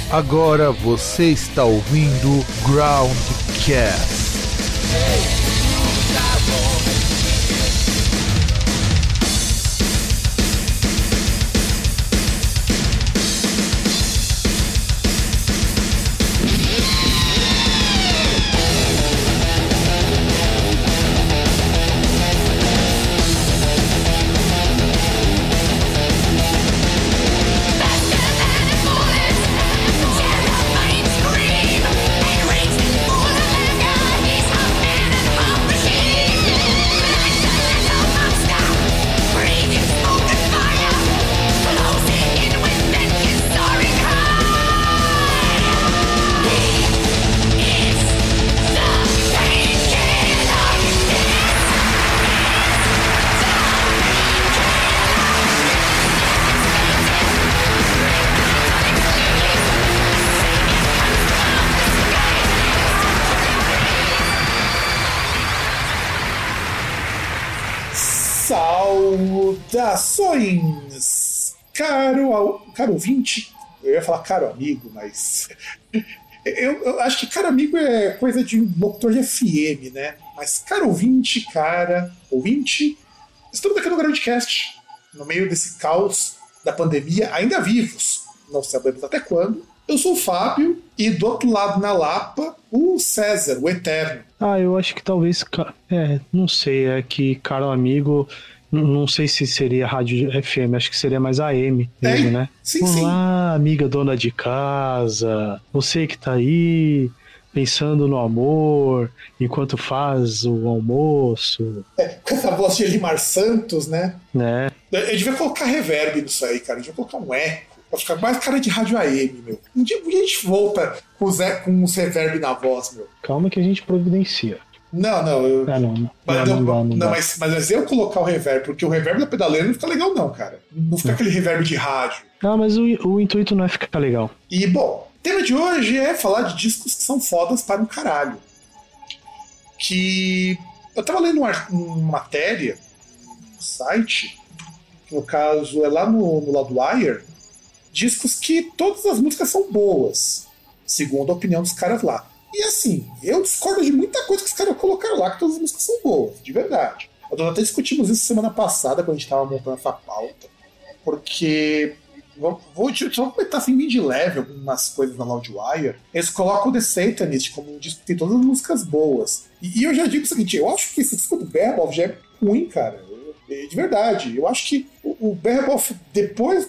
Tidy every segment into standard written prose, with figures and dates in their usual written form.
Agora você está ouvindo Groundcast. Saudações, caro ouvinte. Eu ia falar caro amigo, mas eu acho que caro amigo é coisa de um locutor de FM, né? Mas caro ouvinte, estamos aqui no Groundcast, no meio desse caos da pandemia, ainda vivos, não sabemos até quando. Eu sou o Fábio e do outro lado na Lapa, o César, o Eterno. Eu acho que talvez, não sei, é que caro amigo... Não sei se seria rádio FM, acho que seria mais AM mesmo, né? Sim, Olá, amiga dona de casa, você que tá aí pensando no amor enquanto faz o almoço. Com essa voz de Elimar Santos, né? Eu devia colocar reverb nisso aí, cara. Eu devia colocar um eco. Pra ficar mais cara de rádio AM, meu. Um dia a gente volta com uns reverb na voz, meu. Calma que a gente providencia. Não. Mas eu colocar o reverb, porque o reverb da pedaleira não fica legal, não, cara. Não fica aquele reverb de rádio. Não, mas o intuito não é ficar legal. E, bom, o tema de hoje é falar de discos que são fodas para um caralho. Que eu tava lendo uma matéria no site, que no caso é lá no Loudwire, discos que todas as músicas são boas, segundo a opinião dos caras lá. E assim, eu discordo de muita coisa que os caras colocaram lá, que todas as músicas são boas, de verdade. Nós até discutimos isso semana passada, quando a gente estava montando essa pauta, porque vou comentar assim, bem de leve algumas coisas na Loudwire. Eles colocam o The Satanist como um disco que tem todas as músicas boas. E eu já digo o seguinte, eu acho que esse disco do Behemoth já é ruim, cara. De verdade. Eu acho que o Behemoth, depois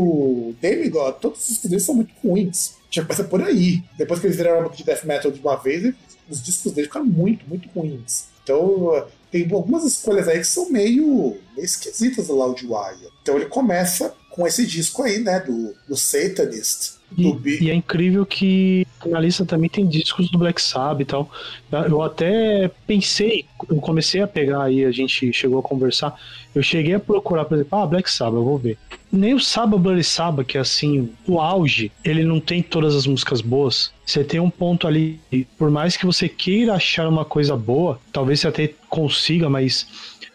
do Demigod, todos os discos deles são muito ruins. Já começa por aí. Depois que eles viraram uma banda de death metal de uma vez, os discos deles ficaram muito, muito ruins. Então, tem algumas escolhas aí que são meio esquisitas da Loudwire. Então ele começa com esse disco aí, né, do Satanist. E é incrível que na lista também tem discos do Black Sabbath e tal. Eu até pensei, eu comecei a pegar aí, a gente chegou a conversar, eu cheguei a procurar, por exemplo, Black Sabbath, eu vou ver. Nem o Sabbath Bloody Sabbath, que é assim, o auge, ele não tem todas as músicas boas. Você tem um ponto ali, por mais que você queira achar uma coisa boa, talvez você até consiga, mas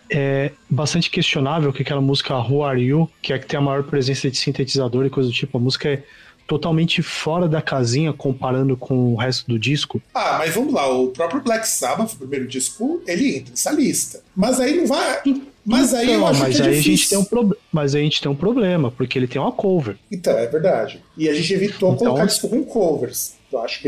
é bastante questionável que aquela música Who Are You, que é que tem a maior presença de sintetizador e coisa do tipo, a música é totalmente fora da casinha comparando com o resto do disco. Mas vamos lá, o próprio Black Sabbath, o primeiro disco, ele entra nessa lista. Mas aí não vai... Mas aí eu acho que é difícil. Mas aí a gente tem um problema, porque ele tem uma cover. Então, é verdade. E a gente evitou colocar disco com covers. Eu acho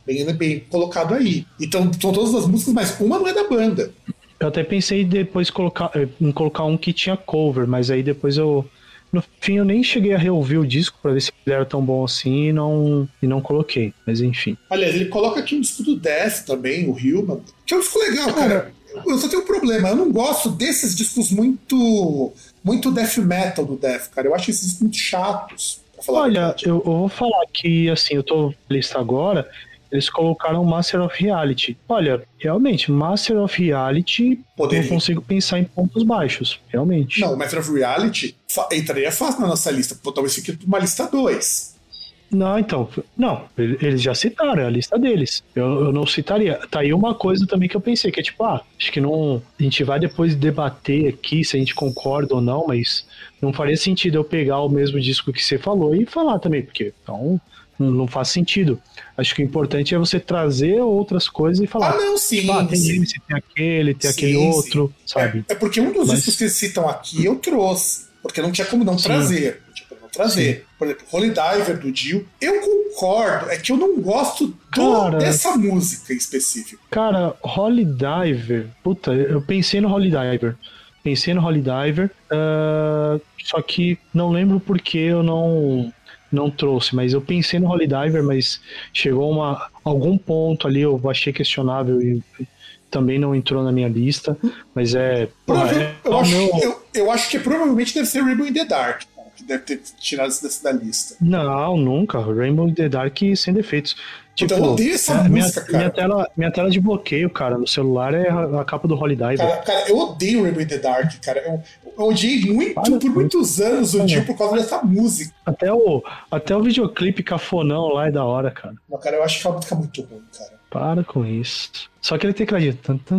bem colocado aí. Então, são todas as músicas, mas uma não é da banda. Eu até pensei depois em colocar um que tinha cover, mas aí depois no fim eu nem cheguei a reouvir o disco pra ver se ele era tão bom assim e não coloquei, mas enfim. Aliás, ele coloca aqui um disco do Death também, o Human, que é um disco legal, cara. Eu só tenho um problema, eu não gosto desses discos muito death metal do Death, cara. Eu acho esses discos muito chatos. Olha, eu vou falar que, assim, eu tô na lista agora, eles colocaram Master of Reality. Olha, realmente, Master of Reality, eu consigo pensar em pontos baixos, realmente. Não, o Master of Reality entraria fácil na nossa lista, talvez fique uma lista 2. Não, eles já citaram, é a lista deles. Eu não citaria. Tá aí uma coisa também que eu pensei, que é tipo, acho que não. A gente vai depois debater aqui se a gente concorda ou não, mas não faria sentido eu pegar o mesmo disco que você falou e falar também, porque então não faz sentido. Acho que o importante é você trazer outras coisas e falar. Não, sim. Tipo, tem esse, tem aquele, tem aquele outro, sabe? É porque um dos discos que eles citam aqui eu trouxe. Porque não tinha como não trazer. Não tinha como não trazer. Sim. Por exemplo, Holy Diver do Dio. Eu concordo, é que eu não gosto dessa música em específico. Cara, Holy Diver. Puta, eu pensei no Holy Diver. Só que não lembro porque eu não trouxe, mas eu pensei no Holy Diver, mas chegou algum ponto ali, eu achei questionável e também não entrou na minha lista, mas eu acho que provavelmente deve ser Rainbow in the Dark, que deve ter tirado isso da lista. Não, nunca. Rainbow in the Dark sem defeitos. Tipo, eu odeio essa música, cara. Minha tela de bloqueio, cara, no celular é a capa do Holy Diver. Cara, eu odeio Rainbow in the Dark, cara. Eu odiei por muitos anos o Dio por causa dessa música. Até o videoclipe cafonão lá é da hora, cara. Não, cara, eu acho que a música é muito ruim, cara. Para com isso. Só aquele tecladinho.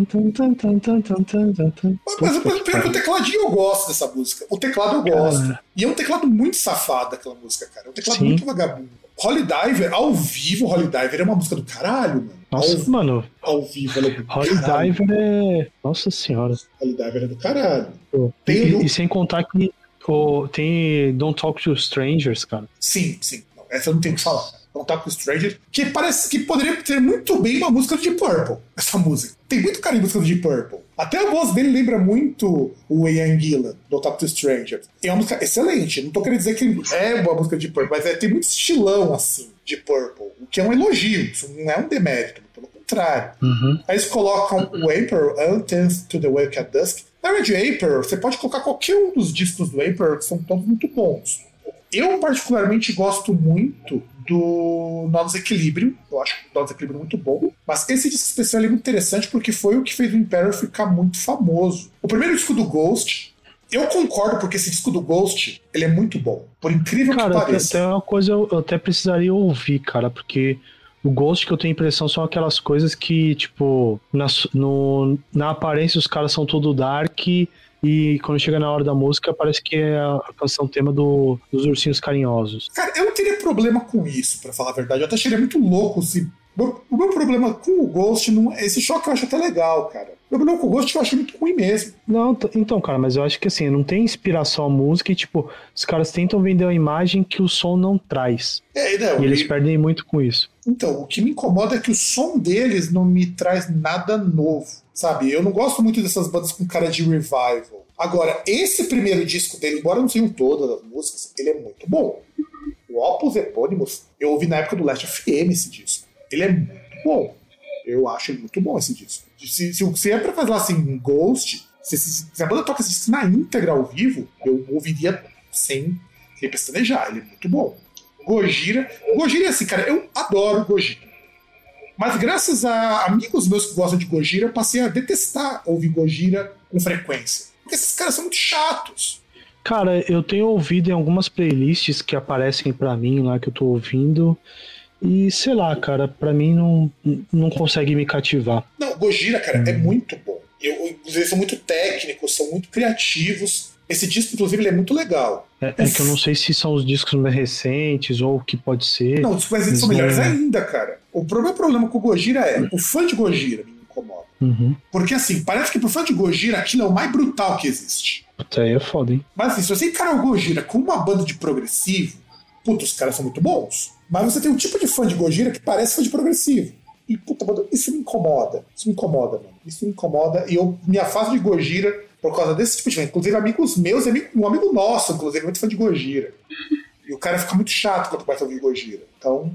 Mas o tecladinho eu gosto dessa música. O teclado eu gosto. E é um teclado muito safado aquela música, cara. É um teclado muito vagabundo. Holy Diver, ao vivo, Holy Diver é uma música do caralho, mano. Nossa, mano. Ao vivo, ela é do Holy Diver é... Nossa senhora. Holy Diver é do caralho. E sem contar que tem Don't Talk to Strangers, cara. Sim. Não, essa eu não tenho o que falar. Don't Talk to Strangers, que parece que poderia ter muito bem uma música do Deep Purple, essa música. Tem muito cara em música do Deep Purple. Até a voz dele lembra muito o Ian Gillan, Don't Talk to Strangers. É uma música excelente. Não tô querendo dizer que é uma música de Deep Purple, mas tem muito estilão, assim, de Purple. O que é um elogio, isso não é um demérito, pelo contrário. Aí eles colocam o Emperor, Anthems to the Wake at Dusk. Na verdade, Emperor, você pode colocar qualquer um dos discos do Emperor, que são todos muito bons. Eu particularmente gosto muito do Nó Desequilíbrio. Eu acho o Nó Desequilíbrio muito bom. Mas esse disco especial é muito interessante porque foi o que fez o Imperial ficar muito famoso. O primeiro disco do Ghost, eu concordo porque esse disco do Ghost, ele é muito bom. Por incrível que pareça. Até uma coisa eu até precisaria ouvir, cara, porque o Ghost que eu tenho a impressão são aquelas coisas que, tipo, na aparência os caras são tudo dark. E quando chega na hora da música, parece que é a canção tema dos Ursinhos Carinhosos. Cara, eu não teria problema com isso, pra falar a verdade. Eu até acharia muito louco se... O meu problema com o Ghost, esse choque eu acho até legal, cara. O meu problema com o Ghost eu acho muito ruim mesmo. Não, então, cara, mas eu acho que assim, não tem inspiração à música e, tipo, os caras tentam vender uma imagem que o som não traz. E eles perdem muito com isso. Então, o que me incomoda é que o som deles não me traz nada novo, sabe? Eu não gosto muito dessas bandas com cara de revival. Agora, esse primeiro disco dele, embora não tenham todas as músicas, ele é muito bom. O Opus Eponymus, eu ouvi na época do Last FM esse disco. Ele é muito bom. Eu acho ele muito bom, esse disco. Se é pra fazer assim, Ghost, se a banda toca esse disco na íntegra ao vivo, eu ouviria sem pestanejar. Ele é muito bom. Gojira é assim, cara, eu adoro Gojira. Mas graças a amigos meus que gostam de Gojira, eu passei a detestar ouvir Gojira com frequência. Porque esses caras são muito chatos. Cara, eu tenho ouvido em algumas playlists que aparecem pra mim lá, que eu tô ouvindo... E, sei lá, cara, pra mim não consegue me cativar. Não, Gojira, cara, é muito bom. Eles são muito técnicos, são muito criativos. Esse disco, inclusive, ele é muito legal. É que eu não sei se são os discos mais recentes ou o que pode ser. Não, os mais recentes são melhores ainda, cara. O problema com o Gojira é o fã de Gojira me incomoda. Porque, assim, parece que pro fã de Gojira aquilo é o mais brutal que existe. Até aí é foda, hein? Mas, assim, se você encarar o Gojira com uma banda de progressivo, puta, os caras são muito bons. Mas você tem um tipo de fã de Gojira que parece fã de progressivo. E, puta, isso me incomoda. Isso me incomoda, mano. Isso me incomoda. E eu me afasto de Gojira por causa desse tipo de fã. Inclusive, amigos meus, um amigo nosso, inclusive, é muito fã de Gojira. E o cara fica muito chato quando começa a ouvir Gojira. Então,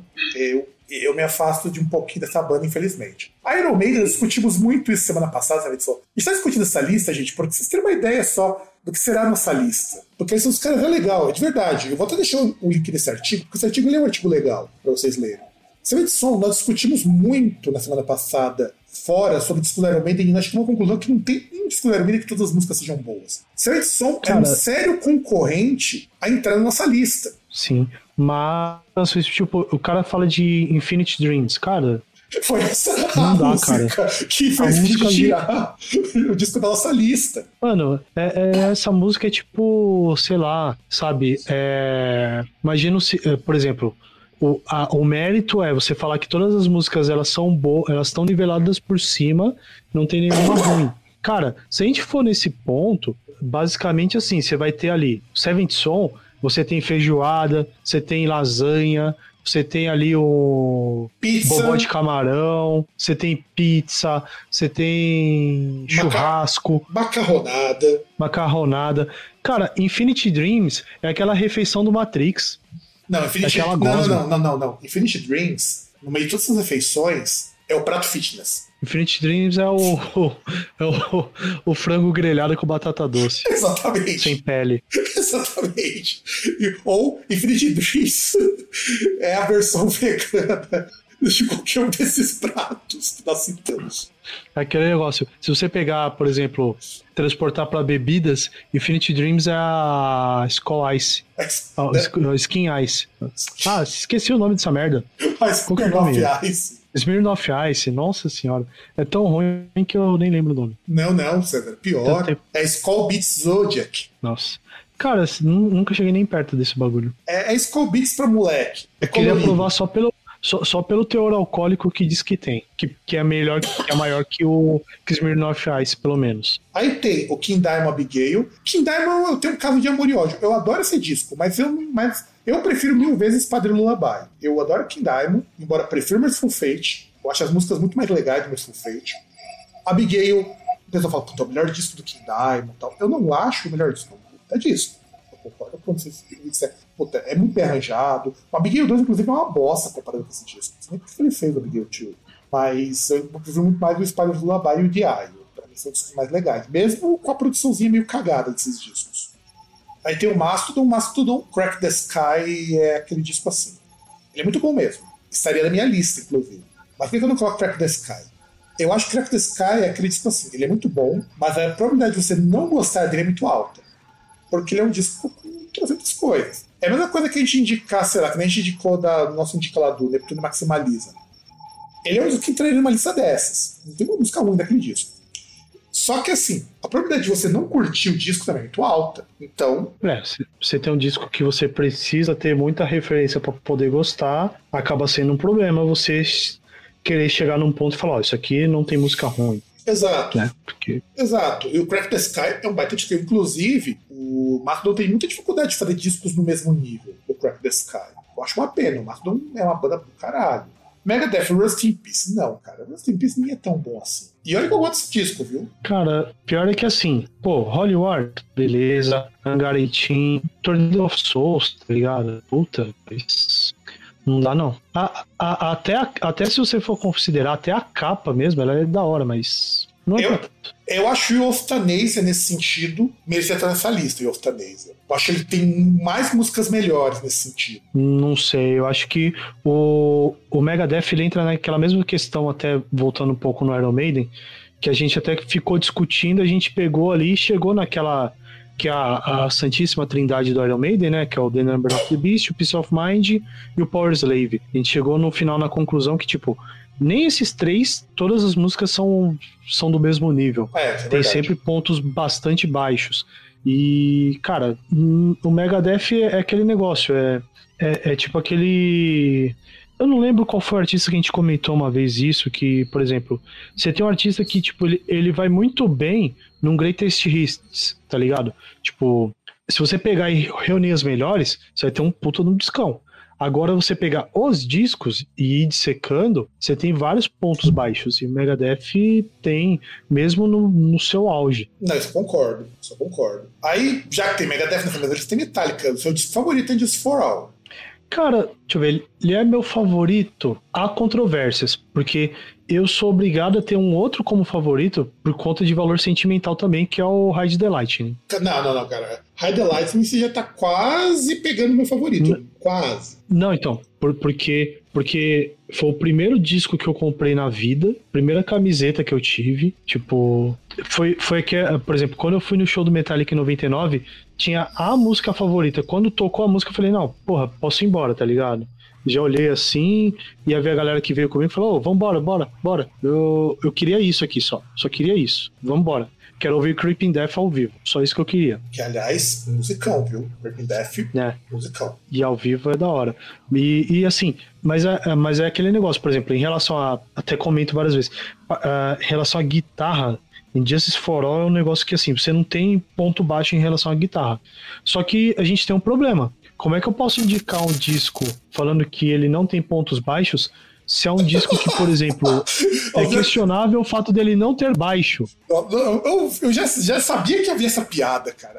eu me afasto de um pouquinho dessa banda, infelizmente. A Iron Maiden, nós discutimos muito isso semana passada, sabe? A gente está discutindo essa lista, gente, porque vocês terem uma ideia só do que será a nossa lista. Porque esses os caras é legal, é de verdade. Eu vou até deixar o link desse artigo, porque esse artigo é um artigo legal para vocês lerem. Semente Som, nós discutimos muito na semana passada fora sobre o disco do Iron Maiden e nós chegamos a uma conclusão que não tem um disco do Iron Maiden que todas as músicas sejam boas. Semente Som é um sério concorrente a entrar na nossa lista. Sim, mas tipo, o cara fala de Infinite Dreams, cara... Foi essa a música, cara, que fez a música tirar o disco da nossa lista. Mano, essa música é tipo, sei lá, sabe? Imagina, por exemplo, O mérito é você falar que todas as músicas elas são boas, elas estão niveladas por cima, não tem nenhuma ruim. Cara, se a gente for nesse ponto, basicamente assim, você vai ter ali Seventh Son, você tem feijoada, você tem lasanha, você tem ali o bobó de camarão, você tem pizza, você tem churrasco, macarronada. Cara, Infinity Dreams é aquela refeição do Matrix. Não, não. Infinity Dreams, no meio de todas essas refeições, é o prato fitness. Infinity Dreams é o frango grelhado com batata doce. Exatamente. Sem pele. Exatamente. Ou Infinity Dreams é a versão vegana de qualquer um desses pratos que nós citamos. Aquele negócio, se você pegar, por exemplo, transportar para bebidas, Infinity Dreams é a Skull Ice. Skin Ice. Ah, esqueci o nome dessa merda. Qual que é o nome? Ice. Smirnoff Ice, nossa senhora. É tão ruim que eu nem lembro o nome. Não, César. Pior. É Skull Beats Zodiac. Nossa. Cara, nunca cheguei nem perto desse bagulho. É Skull Beats pra moleque. Eu queria provar só pelo teor alcoólico que diz que tem. Que é melhor, que é maior que o Smirnoff Ice, pelo menos. Aí tem o King Diamond Abigail. King Diamond eu tenho um caso de amor e ódio. Eu adoro esse disco, mas eu prefiro 1000 vezes Padre Lullaby. Eu adoro King Diamond, embora prefiro Mercyful Fate. Eu acho as músicas muito mais legais do Mercyful Fate. Abigail, o pessoal fala, puta, é o melhor disco do King Diamond e tal. Eu não acho o melhor disco, é disco. Eu concordo com vocês. Puta, é muito bem arranjado. O Abigail 2, inclusive, é uma bosta comparado com esse disco. Não sei nem porque ele fez o Abigail 2. Mas eu prefiro muito mais o Spider Lullaby e o Diário. Pra mim são discos mais legais. Mesmo com a produçãozinha meio cagada desses discos. Aí tem o Mastodon, Crack the Sky é aquele disco assim. Ele é muito bom mesmo. Estaria na minha lista, inclusive. Mas por que eu não coloco Crack the Sky? Eu acho que Crack the Sky é aquele disco assim. Ele é muito bom, mas a probabilidade de você não gostar dele é muito alta. Porque ele é um disco com 300 coisas. É a mesma coisa que a gente indicar, sei lá, que nem a gente indicou da nosso indica lá do Neptuno Maximaliza. Ele é um disco que entraria numa lista dessas. Não tem uma música ruim daquele disco. Só que assim, a probabilidade de você não curtir o disco também é muito alta. Então. Você tem um disco que você precisa ter muita referência para poder gostar, acaba sendo um problema você querer chegar num ponto e falar, isso aqui não tem música ruim. Exato. Né? Exato. E o Crack the Sky é um baita disco. Inclusive, o Mastodon tem muita dificuldade de fazer discos no mesmo nível do Crack the Sky. Eu acho uma pena. O Mastodon é uma banda do caralho. Megadeth, Rust in Peace. Não, cara. Rust in Peace nem é tão bom assim. E olha que eu gosto desse disco, viu? Cara, pior é que assim, Holy War, beleza. Hangar 18, Tornado of Souls, tá ligado? Puta, isso não dá não. Até se você for considerar, até a capa mesmo, ela é da hora, mas não é tanto. Eu acho o Euthanasia, nesse sentido, merecia estar nessa lista, o Euthanasia. Eu acho que ele tem mais músicas melhores nesse sentido. Não sei, eu acho que o Megadeth ele entra naquela mesma questão, até voltando um pouco no Iron Maiden, que a gente até ficou discutindo, a gente pegou ali e chegou naquela... que é a santíssima trindade do Iron Maiden, né? Que é o The Number of the Beast, o Peace of Mind e o Power Slave. A gente chegou no final na conclusão que, tipo, nem esses três, todas as músicas são do mesmo nível. Tem sempre pontos bastante baixos. E, cara, o Megadeth é aquele negócio, é tipo aquele... Eu não lembro qual foi o artista que a gente comentou uma vez isso, que, por exemplo, você tem um artista que, tipo, ele vai muito bem num Greatest Hits, tá ligado? Tipo, se você pegar e reunir as melhores, você vai ter um puta no discão. Agora, você pegar os discos e ir dissecando, você tem vários pontos baixos. E o Megadeth tem, mesmo no seu auge. Não, isso eu concordo. Aí, já que tem Megadeth na família deles, tem Metallica. O seu disco favorito é Just For All. Cara, deixa eu ver, ele é meu favorito. Há controvérsias, porque eu sou obrigado a ter um outro como favorito por conta de valor sentimental também, que é o Ride the Lightning. Não, cara. Ride the Lightning você já tá quase pegando meu favorito. Quase. Não, então, porque foi o primeiro disco que eu comprei na vida, primeira camiseta que eu tive, tipo, foi que, por exemplo, quando eu fui no show do Metallica em 99, tinha a música favorita. Quando tocou a música, eu falei, não, porra, posso ir embora, tá ligado? Já olhei assim, e havia a galera que veio comigo e falou, vambora, bora. Eu queria isso aqui só queria isso, vambora. Quero ouvir Creeping Death ao vivo, só isso que eu queria. Que, aliás, musicão, viu? Creeping Death, musicão. E ao vivo é da hora. E assim, mas é aquele negócio, por exemplo, em relação a, até comento várias vezes, em relação à guitarra, Injustice for All é um negócio que assim, você não tem ponto baixo em relação à guitarra. Só que a gente tem um problema. Como é que eu posso indicar um disco falando que ele não tem pontos baixos, se é um disco que, por exemplo, é questionável o fato dele não ter baixo? Eu já sabia que havia essa piada, cara.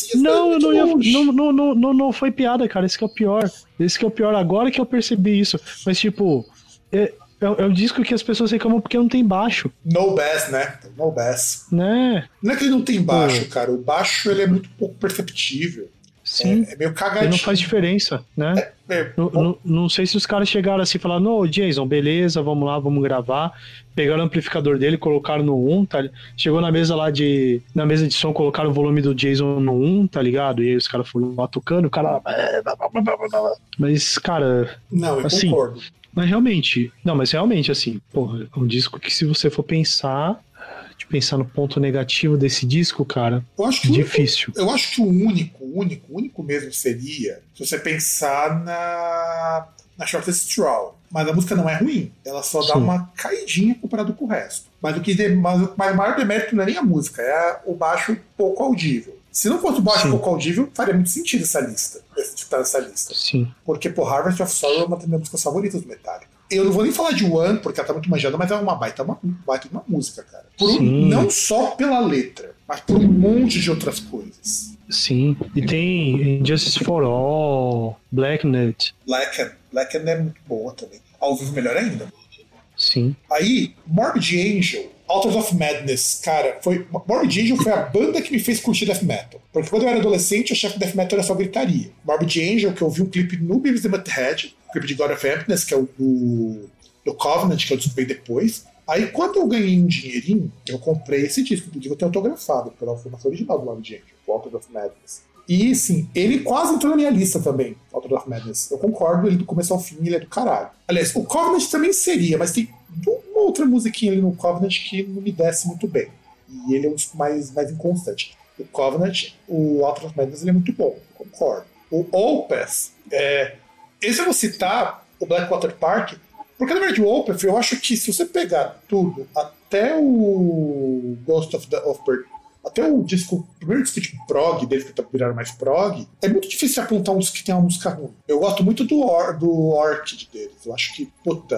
Não foi piada, cara. Esse que é o pior. Agora que eu percebi isso. Mas, tipo, é um disco que as pessoas reclamam porque não tem baixo. No bass, né? No bass. Né? Não é que ele não tem baixo, cara. O baixo ele é muito pouco perceptível. Sim. É meio cagadinho. Ele não faz diferença, né? Não sei se os caras chegaram assim e falaram, não, Jason, beleza, vamos lá, vamos gravar. Pegaram o amplificador dele, colocaram no 1, tá? Chegou na mesa na mesa de som, colocaram o volume do Jason no 1, tá ligado? E aí os caras foram lá tocando, o cara... Mas, cara... Não, eu assim, concordo. Mas realmente, assim, porra, é um disco que se você for pensar no ponto negativo desse disco, cara, eu acho que difícil. Eu acho que o único mesmo seria se você pensar na Shortest Straw. Mas a música não é ruim, ela só dá uma caidinha comparado com o resto. Mas o maior demérito não é nem a música, é o baixo pouco audível. Se não fosse o baixo pouco audível, faria muito sentido essa lista. Estar nessa lista. Sim. Porque, Harvest of Sorrow é uma das minhas músicas favoritas do Metallica. Eu não vou nem falar de One, porque ela tá muito manjada, mas é uma baita de uma música, cara. não só pela letra, mas por um monte de outras coisas. Sim, e tem Injustice for All, Blackened. Blackened é muito boa também. Ao vivo melhor ainda. Sim. Aí, Morbid Angel, Authors of Madness, cara, Morbid Angel foi a banda que me fez curtir Death Metal. Porque quando eu era adolescente, eu achava que Death Metal era só gritaria. Morbid Angel, que eu vi um clipe no Beavis the Butthead, o clipe de God of Emptiness, que é o do Covenant, que eu descobri depois. Aí, quando eu ganhei um dinheirinho, eu comprei esse disco, inclusive eu tenho autografado pela formação original do Morbid Angel, o Authors of Madness. E, sim, ele quase entrou na minha lista também, Authors of Madness. Eu concordo, ele do começo ao fim, ele é do caralho. Aliás, o Covenant também seria, mas tem uma outra musiquinha ali no Covenant que não me desce muito bem. E ele é um disco mais inconstante. O Covenant, o Authors of Madness, ele é muito bom, eu concordo. O Opeth, esse eu vou citar, o Blackwater Park, porque na verdade o Opeth, eu acho que se você pegar tudo, até o Ghost of até o primeiro disco de prog deles, que viraram mais prog, é muito difícil apontar um disco que tem uma música ruim. Eu gosto muito do Orchid deles. Eu acho que,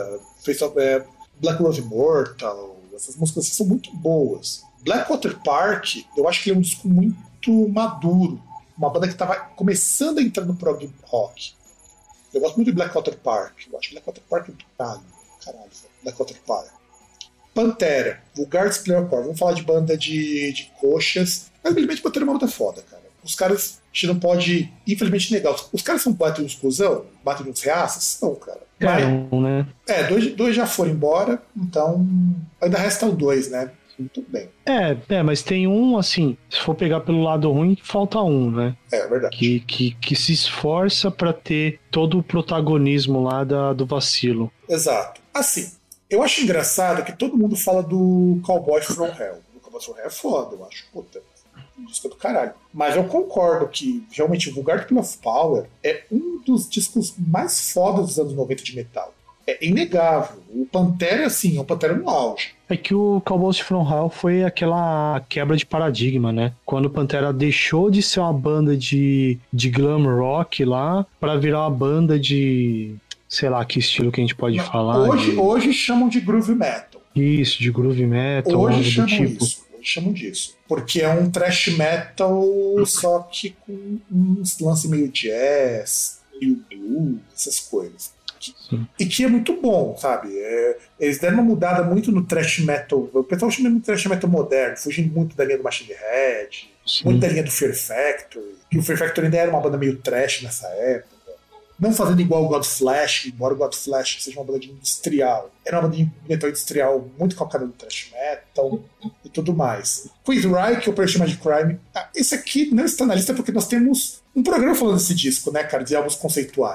Black Rose Immortal, essas músicas são muito boas. Blackwater Park, eu acho que ele é um disco muito maduro. Uma banda que estava começando a entrar no prog rock. Eu gosto muito de Blackwater Park. Eu acho que Blackwater Park é do caralho. Blackwater Park. Pantera, Vulgar Display of Power. Vamos falar de banda de coxas. Mas, infelizmente, Pantera é uma banda foda, cara. Os caras, a gente não pode, infelizmente, negar. Os caras são batem uns cuzão? Batem uns reaças? São, cara. Né? Dois já foram embora, então ainda restam dois, né? Muito bem. Mas tem um, assim, se for pegar pelo lado ruim, falta um, né? É verdade. Que se esforça pra ter todo o protagonismo lá do vacilo. Exato. Assim, eu acho engraçado que todo mundo fala do Cowboy From Hell. O Cowboy From Hell é foda, eu acho. Puta, disco do caralho. Mas eu concordo que, realmente, o Vulgar Display of Power é um dos discos mais fodas dos anos 90 de metal. É inegável. O Pantera, assim, é um Pantera no auge. É que o Cowboys From Hell foi aquela quebra de paradigma, né? Quando o Pantera deixou de ser uma banda de glam rock lá pra virar uma banda de... sei lá, que estilo que a gente pode falar. Hoje chamam de groove metal. Isso, de groove metal. Hoje chamam disso. Porque é um thrash metal, só que com uns lance meio jazz, meio blues, essas coisas. Sim. E que é muito bom, sabe? Eles deram uma mudada muito no thrash metal. O pessoal chama de thrash metal moderno, fugindo muito da linha do Machine Head, muito da linha do Fear Factory. Que o Fear Factory ainda era uma banda meio thrash nessa época. Não fazendo igual o Godflesh, embora o Godflesh seja uma banda de industrial. Era uma banda de metal industrial muito calcada no thrash metal e tudo mais. Queensryche, Operation Magic Crime. Esse aqui não está na lista porque nós temos um programa falando desse disco, né, cara, de álbuns conceituais.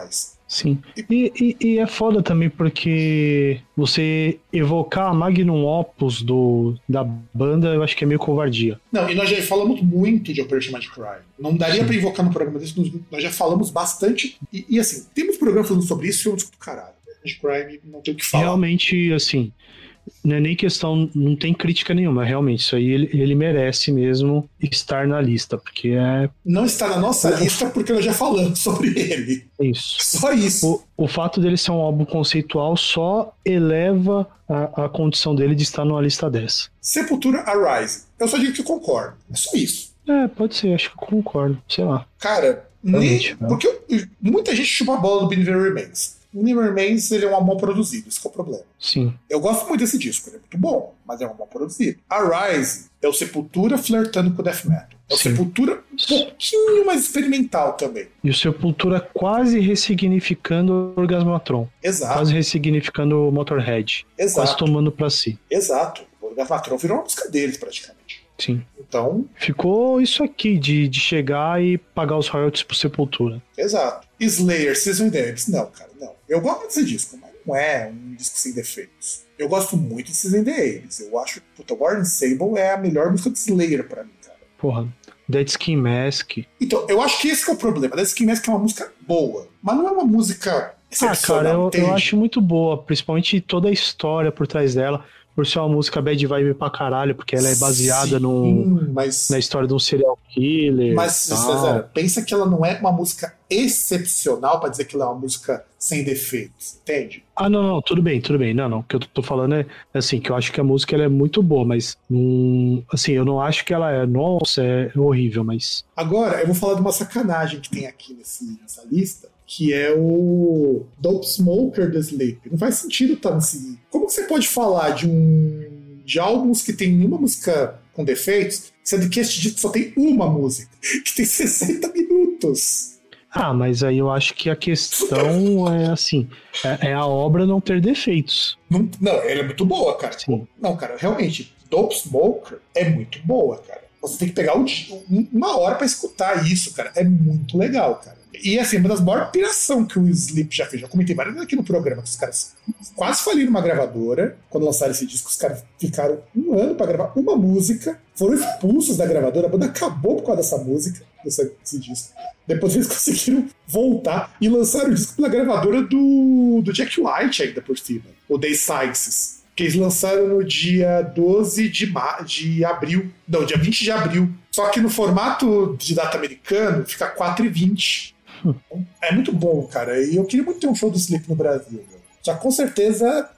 Sim. E é foda também porque você evocar a Magnum Opus da banda, eu acho que é meio covardia. Não, e nós já falamos muito de Operation Mindcrime. Não daria pra invocar no programa desse, nós já falamos bastante. E assim, temos programas falando sobre isso e eu discuto caralho. Mindcrime não tem o que falar. Realmente, assim, não é nem questão, não tem crítica nenhuma, realmente, isso aí ele merece mesmo estar na lista, porque é... Não está na nossa lista porque nós já falamos sobre ele. Isso. Só isso. O fato dele ser um álbum conceitual só eleva a condição dele de estar numa lista dessa. Sepultura Arise. Eu só digo que eu concordo. É só isso. Pode ser, acho que eu concordo, sei lá. Cara, realmente, porque muita gente chupa a bola do Never Remains. O Never Remains, ele é um álbum produzido, esse que é o problema. Sim. Eu gosto muito desse disco, ele é muito bom, mas é um álbum produzido. Arise é o Sepultura flertando com o Death Metal. É o Sepultura um pouquinho mais experimental também. E o Sepultura quase ressignificando o Orgasmatron. Exato. Quase ressignificando o Motorhead. Exato. Quase tomando pra si. Exato. O Orgasmatron virou uma música deles, praticamente. Sim. Então... ficou isso aqui, de chegar e pagar os royalties pro Sepultura. Exato. Slayer, Season in the Abyss. Não, cara, não. Eu gosto desse disco, mas não é um disco sem defeitos. Eu gosto muito de Season in the Abyss. Eu acho que o Warren Sable é a melhor música de Slayer pra mim, cara. Porra, Dead Skin Mask. Então, eu acho que esse que é o problema. Dead Skin Mask é uma música boa, mas não é uma música excepcional. Cara, eu acho muito boa, principalmente toda a história por trás dela. Por ser uma música bad vibe pra caralho, porque ela é baseada na história de um serial killer. Mas, César, pensa que ela não é uma música excepcional pra dizer que ela é uma música sem defeitos, entende? Não, tudo bem. Não, o que eu tô falando é assim, que eu acho que a música ela é muito boa, mas assim, eu não acho que ela é, nossa, é horrível, mas... Agora, eu vou falar de uma sacanagem que tem aqui nessa lista, que é o Dope Smoker do Sleep. Não faz sentido estar nesse... Como que você pode falar de álbuns que tem uma música com defeitos, sendo que este disco só tem uma música, que tem 60 minutos? Mas aí eu acho que a questão é assim, é a obra não ter defeitos. Não, ela é muito boa, cara. Sim. Não, cara, realmente, Dope Smoker é muito boa, cara. Você tem que pegar uma hora pra escutar isso, cara. É muito legal, cara. E assim, uma das maiores piração que o Sleep já fez. Já comentei várias vezes aqui no programa que os caras quase faliram uma gravadora. Quando lançaram esse disco, os caras ficaram um ano pra gravar uma música, foram expulsos da gravadora, a banda acabou por causa dessa música, desse disco. Depois eles conseguiram voltar e lançaram o disco pela gravadora do Jack White ainda por cima, o Day Sciences, que eles lançaram no dia 12 de abril. Não, dia 20 de abril. Só que no formato de data americano fica 4h20. É muito bom, cara. E eu queria muito ter um show do Sleep no Brasil. Já com certeza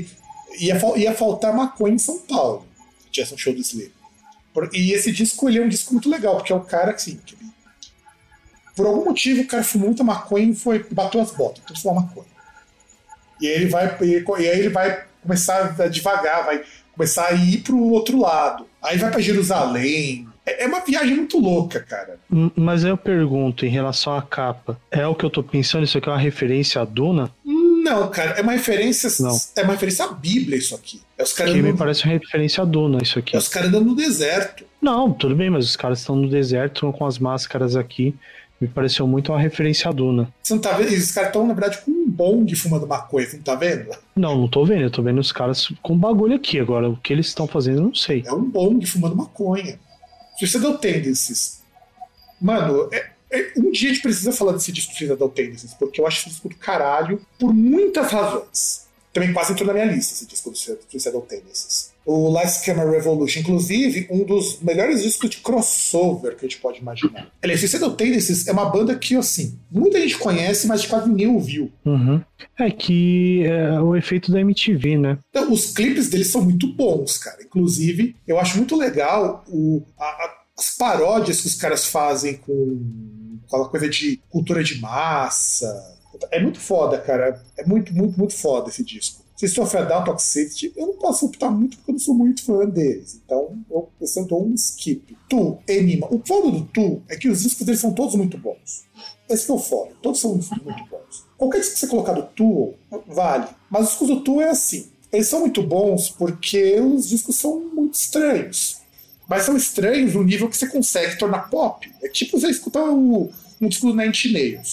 ia faltar maconha em São Paulo se tivesse um show do Sleep. E esse disco, ele é um disco muito legal, porque é o cara assim, que por algum motivo o cara fumou muita maconha e bateu as botas, então fumou maconha. E aí ele vai começar a devagar, vai começar a ir pro outro lado. Aí vai pra Jerusalém. É uma viagem muito louca, cara. Mas eu pergunto, em relação à capa, é o que eu tô pensando? Isso aqui é uma referência à Duna? Não, cara, é uma referência. Não. É uma referência à Bíblia, isso aqui. Que me parece uma referência à Duna, isso aqui. É os caras andando no deserto. Não, tudo bem, mas os caras estão no deserto com as máscaras aqui. Me pareceu muito uma referência à Duna. Você não tá vendo? Os caras estão, na verdade, com um bong fumando maconha, você não tá vendo? Não tô vendo. Eu tô vendo os caras com bagulho aqui agora. O que eles estão fazendo, eu não sei. É um bong fumando maconha. Suicidal Tendencies. Mano, um dia a gente precisa falar desse disco do Suicidal Tendencies, porque eu acho esse disco do caralho por muitas razões. Também quase entrou na minha lista esse disco do Suicidal Tendencies. O Last Camera Revolution, inclusive, um dos melhores discos de crossover que a gente pode imaginar. Aliás, Suicidal Tendencies é uma banda que, assim, muita gente conhece, mas quase ninguém ouviu. Uhum. É que é o efeito da MTV, né? Então, os clipes deles são muito bons, cara. Inclusive, eu acho muito legal as paródias que os caras fazem com aquela coisa de cultura de massa. É muito foda, cara. É muito, muito, muito foda esse disco. System of a Down, Toxicity, eu não posso optar muito porque eu não sou muito fã deles. Então, eu dou um skip. Tool, Enigma. O foda do Tool é que os discos deles são todos muito bons. Esse que é o foda. Todos são muito bons. Qualquer disco que você colocar do Tool, vale. Mas os discos do Tool é assim. Eles são muito bons porque os discos são muito estranhos. Mas são estranhos no nível que você consegue tornar pop. É tipo você escutar um disco do Nine Inch Nails.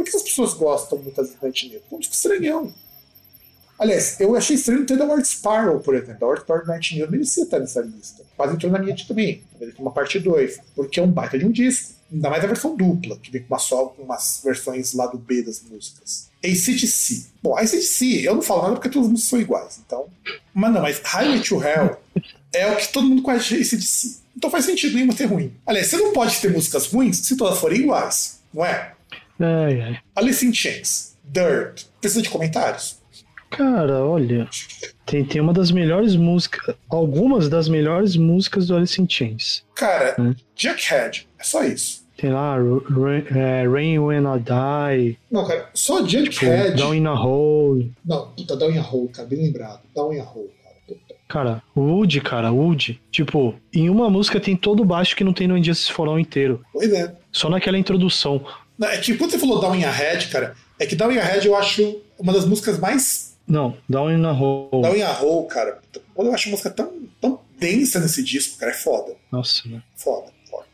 Por que as pessoas gostam muito das Night Near? É um disco estranhão. Aliás, eu achei estranho ter da Lord Sparrow, por exemplo. A Lord Sparrow Night Near merecia estar nessa lista. Quase entrou na minha também. Ele tem uma parte 2. Porque é um baita de um disco. Ainda mais a versão dupla, que vem com umas versões lá do B das músicas. AC/DC. Bom, AC/DC, eu não falo nada porque todas as músicas são iguais. Então. Mas Highway to Hell é o que todo mundo conhece de AC/DC. Então faz sentido nenhuma ter ruim. Aliás, você não pode ter músicas ruins se todas forem iguais, não é? Alice in Chains, Dirt. Precisa de comentários? Cara, olha, tem uma das melhores músicas, algumas das melhores músicas do Alice in Chains. Cara, Junkhead, é só isso. Tem lá, Rain When I Die. Não, cara, só Junkhead. Down in a Hole. Não, puta, Down in a Hole, cara, bem lembrado. Down in a Hole, cara, puta. Cara, Wood. Tipo, em uma música tem todo o baixo que não tem no Injustice for All inteiro. Pois é. Só naquela introdução. Não, é que quando você falou Down in a Head, cara, é que Down in a Head eu acho uma das músicas mais... Não, Down in a Hole. Down in a Hole, cara. Quando eu acho a música tão densa nesse disco, cara, é foda. Nossa, né? Foda.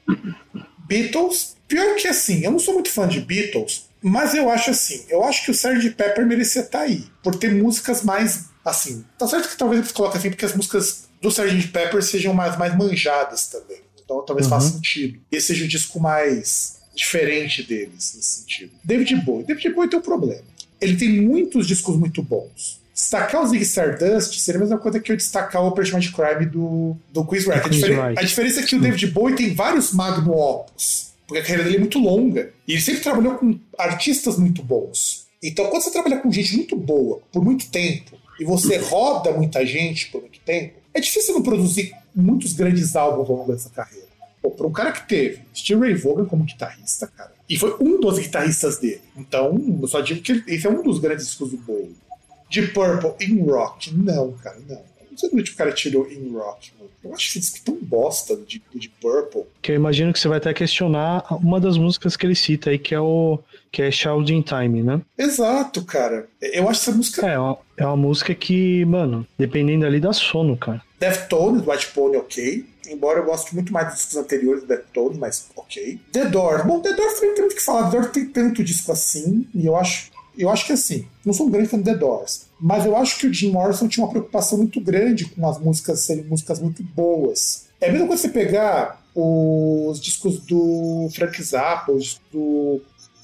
Beatles, pior que assim, eu não sou muito fã de Beatles, mas eu acho assim, eu acho que o Sgt. Pepper merecia estar aí, por ter músicas mais, assim, tá certo que talvez eles coloquem assim, porque as músicas do Sgt. Pepper sejam mais manjadas também, então talvez faça sentido. Esse seja o disco mais diferente deles, nesse sentido. David Bowie tem um problema. Ele tem muitos discos muito bons. Destacar o Ziggy Stardust seria a mesma coisa que eu destacar o Operation Mind Crime do Chris Wright. A diferença é que o David Bowie tem vários magnum opus, porque a carreira dele é muito longa. E ele sempre trabalhou com artistas muito bons. Então, quando você trabalha com gente muito boa por muito tempo, e você roda muita gente por muito tempo, é difícil não produzir muitos grandes álbuns ao longo dessa carreira. Pô, para um cara que teve Steve Ray Vaughan como guitarrista, cara, e foi um dos guitarristas dele. Então, eu só digo que esse é um dos grandes discos do Bowie. Deep Purple, In Rock. Não, cara, não. Não sei onde o cara tirou In Rock, mano. Eu acho esse disco tão bosta do Deep Purple. Que eu imagino que você vai até questionar uma das músicas que ele cita aí, que é Child in Time, né? Exato, cara. Eu acho essa música... É uma música que, mano, dependendo ali dá sono, cara. Deftones, White Pony, ok. Embora eu goste muito mais dos discos anteriores do Deftones, mas ok. The Doors. Bom, The Doors não tem muito o que falar. The Doors tem tanto disco assim, e eu acho que assim, não sou um grande fã de The Doors, mas eu acho que o Jim Morrison tinha uma preocupação muito grande com as músicas serem músicas muito boas. É a mesma coisa você pegar os discos do Frank Zappa, os do...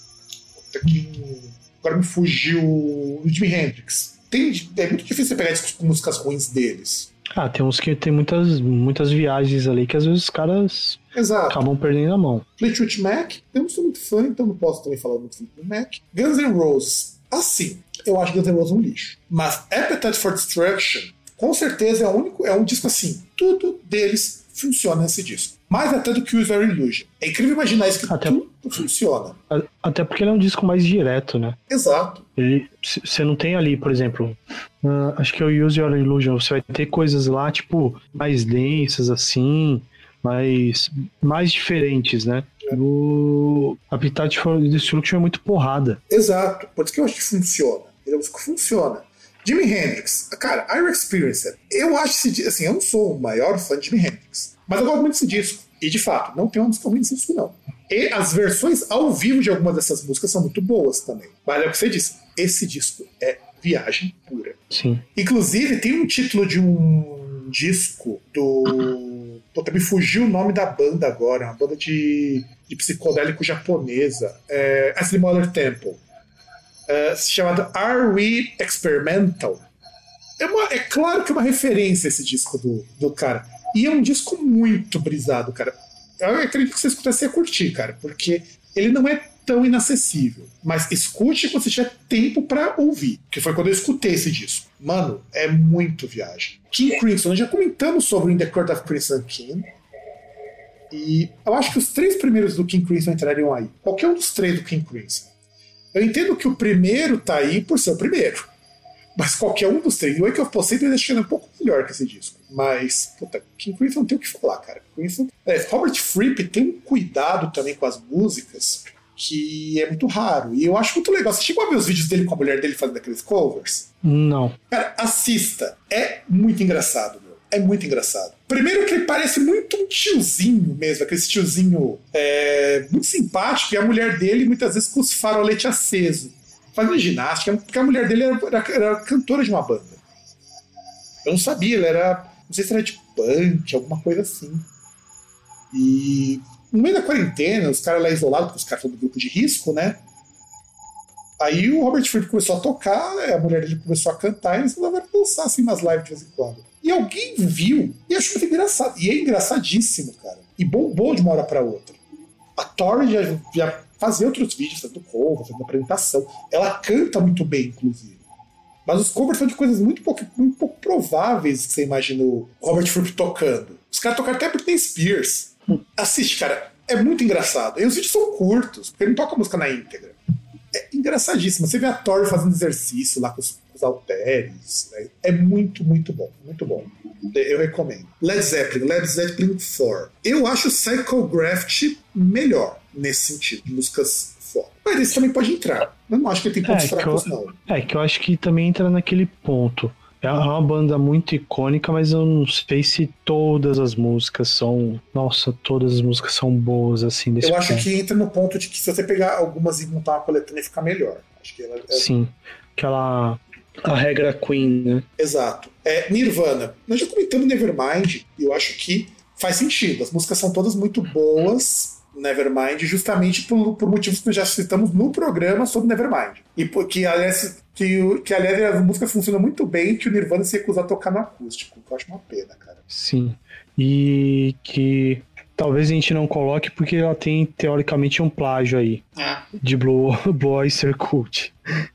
Agora me fugiu o Jimi Hendrix. É muito difícil você pegar discos com músicas ruins deles. Tem uns que tem muitas viagens ali que às vezes os caras acabam perdendo a mão. Fleetwood Mac, eu não sou muito fã, então não posso também falar muito do Fleetwood Mac. Guns N' Roses, assim, eu acho Guns N' Roses um lixo. Mas Appetite for Destruction, com certeza é um disco assim, tudo deles funciona nesse disco. Mais até do que o Use Your Illusion. É incrível imaginar isso, que tudo funciona. Até porque ele é um disco mais direto, né? Exato. Você não tem ali, por exemplo, acho que é o Use Your Illusion, você vai ter coisas lá, tipo, mais densas, assim, mais diferentes, né? O Appetite for Destruction é muito porrada. Exato. Por isso que eu acho que funciona. Ele é um disco que funciona. Jimi Hendrix, cara, I Experience. Eu acho esse disco, assim, eu não sou o maior fã de Jimi Hendrix, mas eu gosto muito desse disco. E de fato, não tem uma música ruim nesse disco, não. E as versões ao vivo de algumas dessas músicas são muito boas também. Mas é o que você disse, esse disco é viagem pura. Sim. Inclusive, tem um título de um disco do... Puta, me fugiu o nome da banda agora, uma banda de psicodélico japonesa. Ashley Mother Temple. Chamado Are We Experimental? É claro que é uma referência esse disco do cara. E é um disco muito brisado, cara. Eu acredito que você escutasse ia curtir, cara, porque ele não é tão inacessível. Mas escute quando você tiver tempo pra ouvir, que foi quando eu escutei esse disco. Mano, é muito viagem. King Crimson, nós já comentamos sobre In the Court of Crimson King. E eu acho que os 3 primeiros do King Crimson entrariam aí. Qualquer um dos 3 do King Crimson. Eu entendo que o primeiro tá aí por ser o primeiro. Mas qualquer um dos 3. O Wake of Poseidon eu deixei um pouco melhor que esse disco. Mas, puta, King Crimson não tem o que falar, cara. Robert Fripp tem um cuidado também com as músicas que é muito raro. E eu acho muito legal. Você chegou a ver os vídeos dele com a mulher dele fazendo aqueles covers? Não. Cara, assista. É muito engraçado, meu. é muito engraçado. Primeiro que ele parece muito um tiozinho mesmo, aquele tiozinho muito simpático, e a mulher dele muitas vezes com os faroletes acesos, fazendo ginástica, porque a mulher dele era cantora de uma banda. Eu não sabia, não sei se era de punk, alguma coisa assim. E no meio da quarentena, os caras lá isolados, porque os caras são do grupo de risco, né? Aí o Robert Fripp começou a tocar, a mulher dele começou a cantar, e eles resolveram dançar assim umas lives de vez em quando. E alguém viu e achou muito engraçado. E é engraçadíssimo, cara. E bombou de uma hora pra outra. A Tori já fazia outros vídeos, fazendo cover, fazendo apresentação. Ela canta muito bem, inclusive. Mas os covers são de coisas muito pouco prováveis que você imagina o Robert Fripp tocando. Os caras tocaram até Britney Spears. Assiste, cara. É muito engraçado. E os vídeos são curtos, porque ele não toca a música na íntegra. É engraçadíssimo. Você vê a Tori fazendo exercício lá com os halteres. Né? É muito, muito bom. Muito bom. Eu recomendo. Led Zeppelin 4. Eu acho o Psychograph melhor nesse sentido, de músicas foda. Mas esse também pode entrar. Eu não acho que ele tem pontos fracos, não. Que eu acho que também entra naquele ponto. É uma banda muito icônica, mas eu não sei se todas as músicas são... Nossa, todas as músicas são boas, assim, desse Eu acho que entra no ponto de que se você pegar algumas e montar uma coletânea, fica melhor. Acho que ela Sim, aquela... A regra Queen, né? Exato. Nirvana. Nós já comentamos Nevermind, e eu acho que faz sentido. As músicas são todas muito boas, Nevermind, justamente por motivos que nós já citamos no programa sobre Nevermind. E porque, aliás, a música funciona muito bem, que o Nirvana se recusou a tocar no acústico, que eu acho uma pena, cara. Sim. E que talvez a gente não coloque porque ela tem, teoricamente, um plágio aí. De Blue Oyster Cult.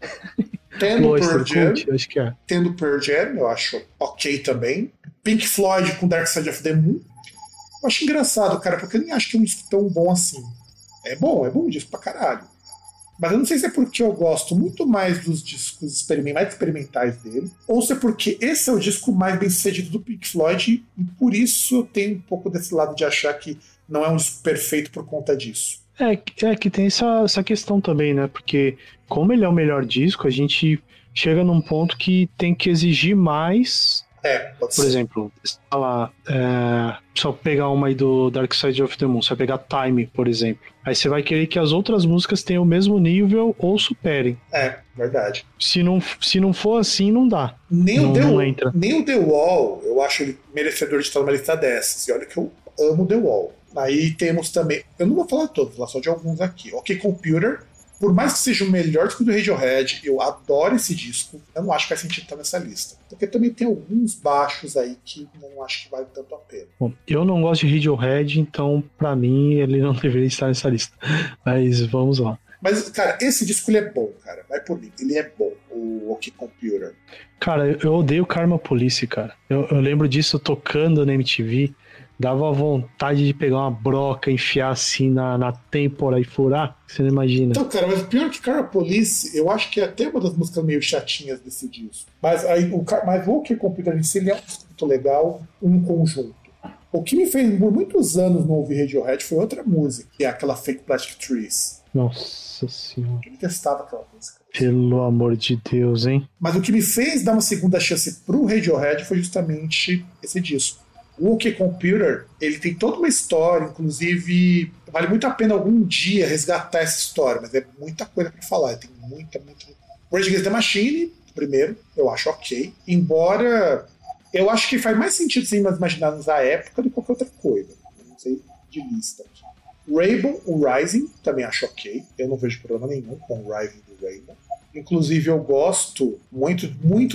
Tendo Pearl Jam, acho que é. Tendo Pearl Jam, eu acho ok também. Pink Floyd com Dark Side of the Moon. Eu acho engraçado, cara, porque eu nem acho que é um disco tão bom assim. É bom disco pra caralho. Mas eu não sei se é porque eu gosto muito mais dos discos mais experimentais dele, ou se é porque esse é o disco mais bem sucedido do Pink Floyd, e por isso eu tenho um pouco desse lado de achar que não é um disco perfeito por conta disso. Que tem essa questão também, né? Porque como ele é o melhor disco, a gente chega num ponto que tem que exigir mais. Pode Por ser. exemplo, lá, só pegar uma aí do Dark Side of the Moon, você vai pegar Time, por exemplo. Aí você vai querer que as outras músicas tenham o mesmo nível ou superem. Verdade. Se não for assim, não dá. Nem não entra. Nem o The Wall, eu acho ele merecedor de estar numa lista dessas. E olha que eu amo The Wall. Aí temos também, eu não vou falar de todos, vou falar só de alguns aqui. OK Computer, por mais que seja o melhor disco do Radiohead, eu adoro esse disco, eu não acho que faz sentido estar nessa lista. Porque também tem alguns baixos aí que não acho que vale tanto a pena. Bom, eu não gosto de Radiohead, então pra mim ele não deveria estar nessa lista. Mas vamos lá. Mas, cara, esse disco ele é bom, cara. Vai por mim, ele é bom, o OK Computer. Cara, eu odeio Karma Police, cara. Eu lembro disso tocando na MTV. Dava vontade de pegar uma broca, enfiar assim na têmpora e furar. Você não imagina. Então, cara, mas pior que Karma Police, eu acho que é até uma das músicas meio chatinhas desse disco. Mas o OK Computer em si, ele é um disco muito legal, um conjunto. O que me fez por muitos anos não ouvir Radiohead foi outra música, que é aquela Fake Plastic Trees. Nossa senhora. Eu detestava aquela música. Pelo amor de Deus, hein? Mas o que me fez dar uma segunda chance pro Radiohead foi justamente esse disco. O OK Computer, ele tem toda uma história, inclusive vale muito a pena algum dia resgatar essa história, mas é muita coisa pra falar, tem muita... Rage Against the Machine, primeiro, eu acho ok, embora eu acho que faz mais sentido sem imaginarmos a época do que qualquer outra coisa, não sei de lista. Rainbow, o Rising, também acho ok, eu não vejo problema nenhum com o Rising do Rainbow. Inclusive, eu gosto muito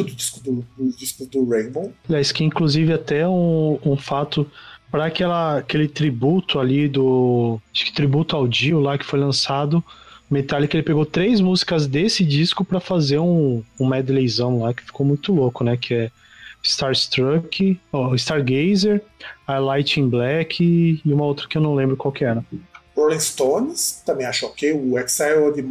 dos discos do Rainbow. Aliás, que inclusive até um fato para aquele tributo ali acho que tributo ao Dio lá que foi lançado, Metallica, ele pegou 3 músicas desse disco para fazer um medleyzão lá que ficou muito louco, né? Que é Starstruck, Stargazer, A Light in Black e uma outra que eu não lembro qual que era. Rolling Stones, também acho ok. O Exile de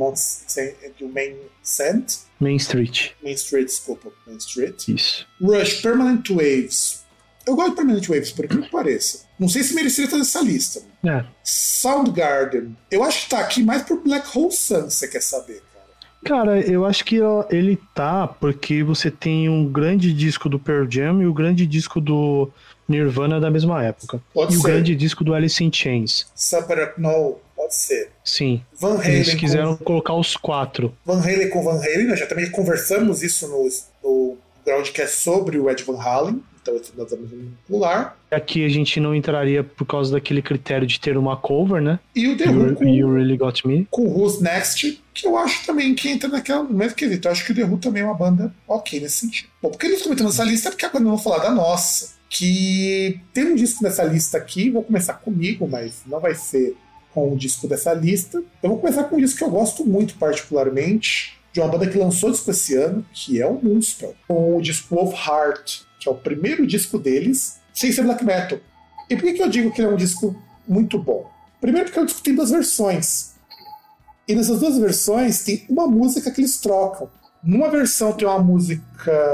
Main Street, desculpa. Main Street. Isso. Rush, Permanent Waves. Eu gosto de Permanent Waves, por que pareça. Não sei se mereceria estar nessa lista. É. Soundgarden. Eu acho que tá aqui mais por Black Hole Sun, se você quer saber, cara. Cara, eu acho que ele tá porque você tem um grande disco do Pearl Jam e o grande disco do Nirvana da mesma época. Pode E o ser. grande disco do Alice in Chains. Super No, pode ser. Sim. Van Eles Halen quiseram colocar os 4. Van Halen com Van Halen, nós já também conversamos isso no Groundcast sobre o Ed Van Halen, então nós vamos pular. Aqui a gente não entraria por causa daquele critério de ter uma cover, né? E o The Who com, You Really Got Me. com Who's Next, que eu acho também que entra no mesmo quesito. Eu acho que o The Who também é uma banda ok nesse sentido. Bom, porque eles comentamos essa lista, porque agora nós vamos falar da nossa. Que tem um disco nessa lista aqui, vou começar comigo, mas não vai ser com o disco dessa lista. Eu vou começar com um disco que eu gosto muito particularmente, de uma banda que lançou disco esse ano, que é o Moonspell, com o disco Wolf Heart, que é o primeiro disco deles, sem ser black metal. E por que eu digo que ele é um disco muito bom? Primeiro porque o disco tem 2 versões. E nessas 2 versões tem uma música que eles trocam. Numa versão tem uma música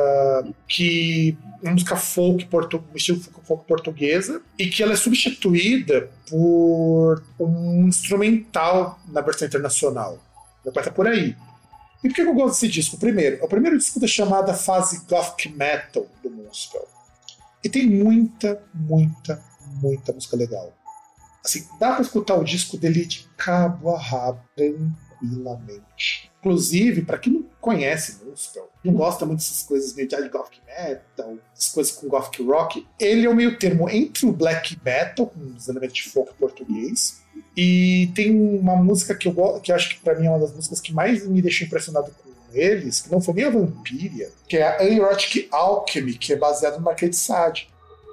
folk, estilo folk portuguesa, e que ela é substituída por um instrumental na versão internacional. Vai passar por aí. E por que eu gosto desse disco? Primeiro, é o primeiro disco da chamada fase Gothic Metal do Moonspell. E tem muita música legal. Assim, dá pra escutar o disco dele de cabo a rabo, tranquilamente. Inclusive, pra quem não conhece Moonspell, não gosta muito dessas coisas meio de Gothic Metal, essas coisas com Gothic Rock, ele é o meio termo entre o Black Metal, com os elementos de folk português, e tem uma música que eu acho que pra mim é uma das músicas que mais me deixou impressionado com eles, que não foi nem a Vampíria, que é a Erotic Alchemy, que é baseada no Marquês de Sade.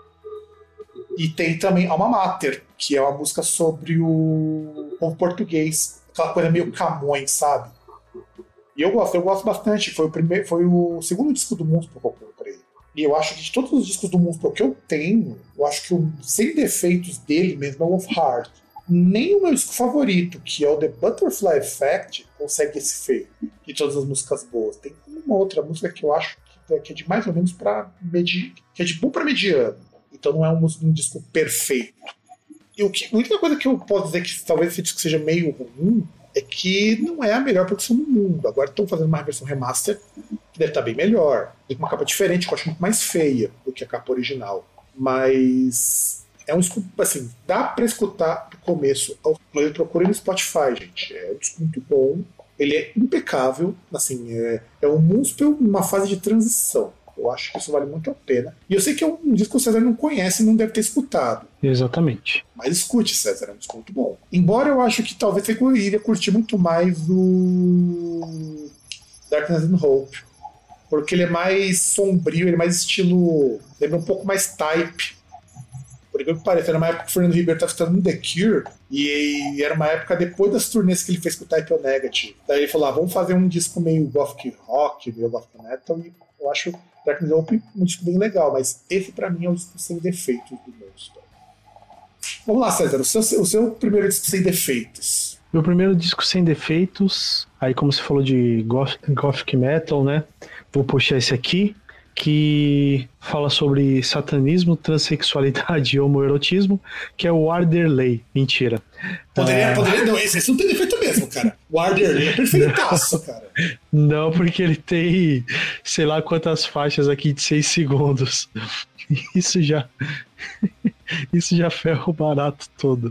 E tem também Alma Mater, que é uma música sobre o povo português, aquela coisa meio Camões, sabe? E eu gosto bastante. Foi o segundo disco do Moonspell que eu comprei. E eu acho que de todos os discos do Moonspell que eu tenho, eu acho que o sem defeitos dele mesmo é o Wolf Heart. Nem o meu disco favorito, que é o The Butterfly Effect, consegue esse feito de todas as músicas boas. Tem uma outra música que eu acho que é de mais ou menos que é de bom pra mediano. Então não é um disco perfeito. E a única coisa que eu posso dizer que talvez esse disco seja meio ruim é que não é a melhor produção do mundo. Agora estão fazendo uma versão remaster que deve estar bem melhor. Tem uma capa diferente, que eu acho muito mais feia do que a capa original. Mas é um disco, assim, dá pra escutar do começo ao fim. Procurem no Spotify, gente. É um disco muito bom. Ele é impecável. Assim, é um Moonspell numa fase de transição. Eu acho que isso vale muito a pena. E eu sei que é um disco que o César não conhece e não deve ter escutado. Exatamente. Mas escute, César, é um disco muito bom. Embora eu acho que talvez você iria curtir muito mais o Darkness and Hope. Porque ele é mais sombrio, ele é mais estilo... Lembra um pouco mais type. Por incrível que pareça, era uma época que o Fernando Ribeiro estava escutando The Cure, e era uma época depois das turnês que ele fez com o Type O Negative. Daí ele falou, vamos fazer um disco meio Gothic Rock, meio Gothic Metal, e eu acho Darkness and Hope um disco bem legal, mas esse pra mim é um disco sem defeitos do Moonspell. Vamos lá, César, o seu primeiro disco sem defeitos. Meu primeiro disco sem defeitos, aí como você falou de Gothic Metal, né? Vou puxar esse aqui, que fala sobre satanismo, transexualidade e homoerotismo, que é o Arderley. Mentira. Poderia, não, esse não tem defeito mesmo, cara. O Arderley é perfeitaço, cara. Não, porque ele tem sei lá quantas faixas aqui de 6 segundos. Isso já ferra o barato todo.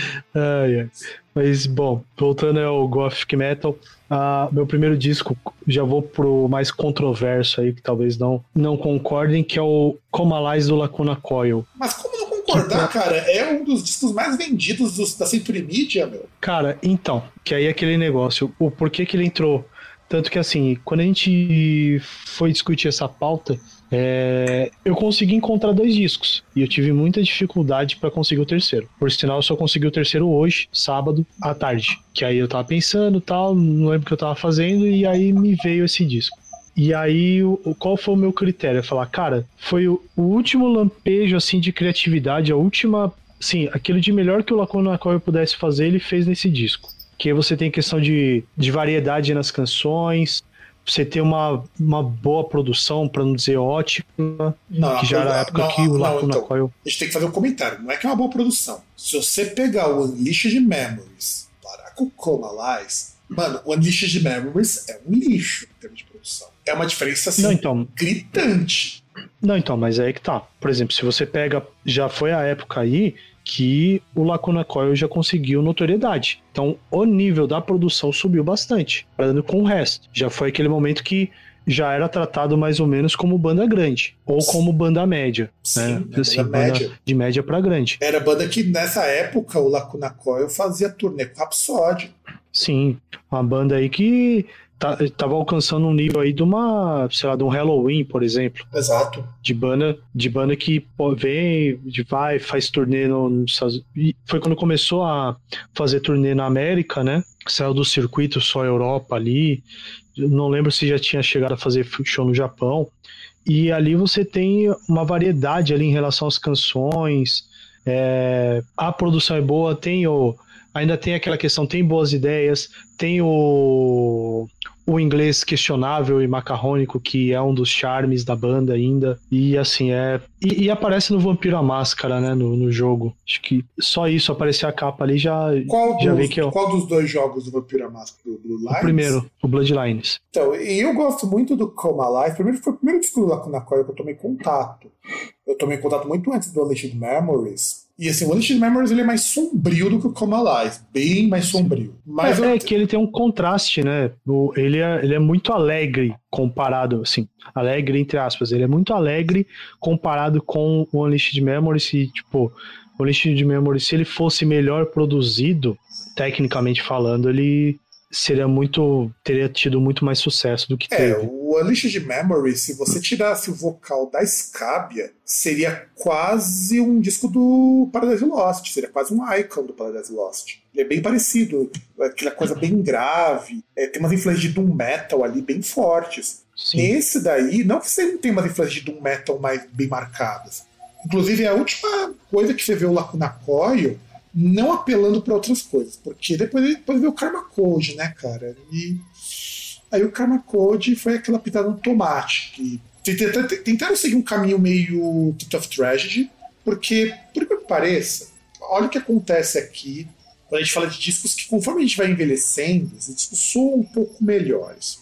Mas, bom, voltando ao Gothic Metal, meu primeiro disco, já vou pro mais controverso aí, que talvez não concordem, que é o Coma Lies do Lacuna Coil. Mas como não concordar, cara? É um dos discos mais vendidos da Century Media, meu. Cara, então, que aí é aquele negócio, o porquê que ele entrou. Tanto que, assim, quando a gente foi discutir essa pauta, eu consegui encontrar 2 discos e eu tive muita dificuldade para conseguir o terceiro. Por sinal, eu só consegui o terceiro hoje, sábado, à tarde. Que aí eu tava pensando tal, não lembro o que eu tava fazendo, e aí me veio esse disco. E aí, qual foi o meu critério? Eu falar, cara, foi o último lampejo assim de criatividade, a última, assim, aquilo de melhor que o Lacuna Coil pudesse fazer, ele fez nesse disco. Que aí você tem questão de variedade nas canções, você tem uma boa produção, pra não dizer ótima, que já era a época que o Lacuna Coil... A gente tem que fazer um comentário, não é que é uma boa produção. Se você pegar o Unleashed Memories, parar com o Coma Lies, Mano, o Unleashed Memories é um lixo em termos de produção. É uma diferença assim, Não, então, gritante. não, então, mas aí que tá. Por exemplo, se você pega, já foi a época aí que o Lacuna Coil já conseguiu notoriedade. Então, o nível da produção subiu bastante, comparando com o resto. Já foi aquele momento que já era tratado mais ou menos como banda grande, ou como banda média. Sim, né? Assim, banda média. De média pra grande. Era banda que, nessa época, o Lacuna Coil fazia turnê com Rhapsody. Sim, uma banda aí que tava alcançando um nível aí de uma, sei lá, de um Halloween, por exemplo. Exato. De banda que vem, faz turnê e foi quando começou a fazer turnê na América, né? Saiu do circuito só Europa ali. Não lembro se já tinha chegado a fazer show no Japão. E ali você tem uma variedade ali em relação às canções. A produção é boa, ainda tem aquela questão, tem boas ideias, tem o inglês questionável e macarrônico, que é um dos charmes da banda ainda, e assim, e aparece no Vampiro à Máscara, né, no jogo. Acho que só isso, aparecer a capa ali já vê que é qual dos dois jogos do Vampiro à Máscara? Do Blue Lines? O primeiro, o Bloodlines. Então, e eu gosto muito do Come Alive. Foi o primeiro disco do Lacuna Coil que eu tomei contato. Eu tomei contato muito antes do Unleashed Memories. E assim, o Unleashed Memories ele é mais sombrio do que o Come Alive. Bem mais sombrio. Mas que ele tem um contraste, né? Ele é muito alegre comparado, assim, alegre entre aspas. Ele é muito alegre comparado com o Unleashed Memories. E, tipo, o Unleashed Memories, se ele fosse melhor produzido, tecnicamente falando, ele teria tido muito mais sucesso do que teve. O Unleashed Memories, se você tirasse o vocal da Scabia, seria quase um disco do Paradise Lost, seria quase um icon do Paradise Lost. Ele é bem parecido, aquela coisa bem grave, tem umas influências de Doom Metal ali bem fortes. Sim. Esse daí, não que você não tenha umas influências de Doom Metal mais bem marcadas. Inclusive, é a última coisa que você vê o Lacuna Coil não apelando para outras coisas, porque depois veio o Karma Code, né, cara? E aí o Karma Code foi aquela pitada no tomate, que tentaram seguir um caminho meio Pit of Tragedy, porque, por que pareça, olha o que acontece aqui quando a gente fala de discos que, conforme a gente vai envelhecendo, esses discos soam um pouco melhores.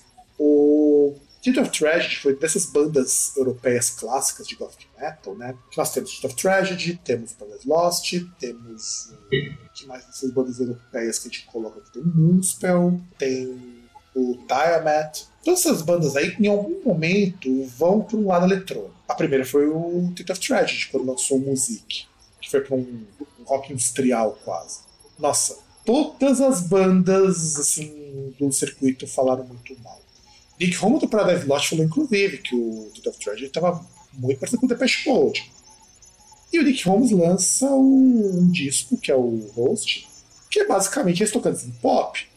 O Pit of Tragedy foi dessas bandas europeias clássicas de Gothic Metal, né? Nós temos Pit of Tragedy, temos Paradise Lost, temos que mais dessas bandas europeias que a gente coloca aqui? Tem o Moonspell, tem o Tiamat. Todas essas bandas aí, em algum momento, vão para um lado eletrônico. A primeira foi o Pit of Tragedy, quando lançou o Music, que foi para um rock industrial quase. Nossa, todas as bandas assim do circuito falaram muito mal. Nick Holmes do Paradise Lost falou, inclusive, que o Pit of Tragedy estava muito parecido com o Depeche Mode. E o Nick Holmes lança um disco, que é o Host, que é basicamente eles tocando em pop.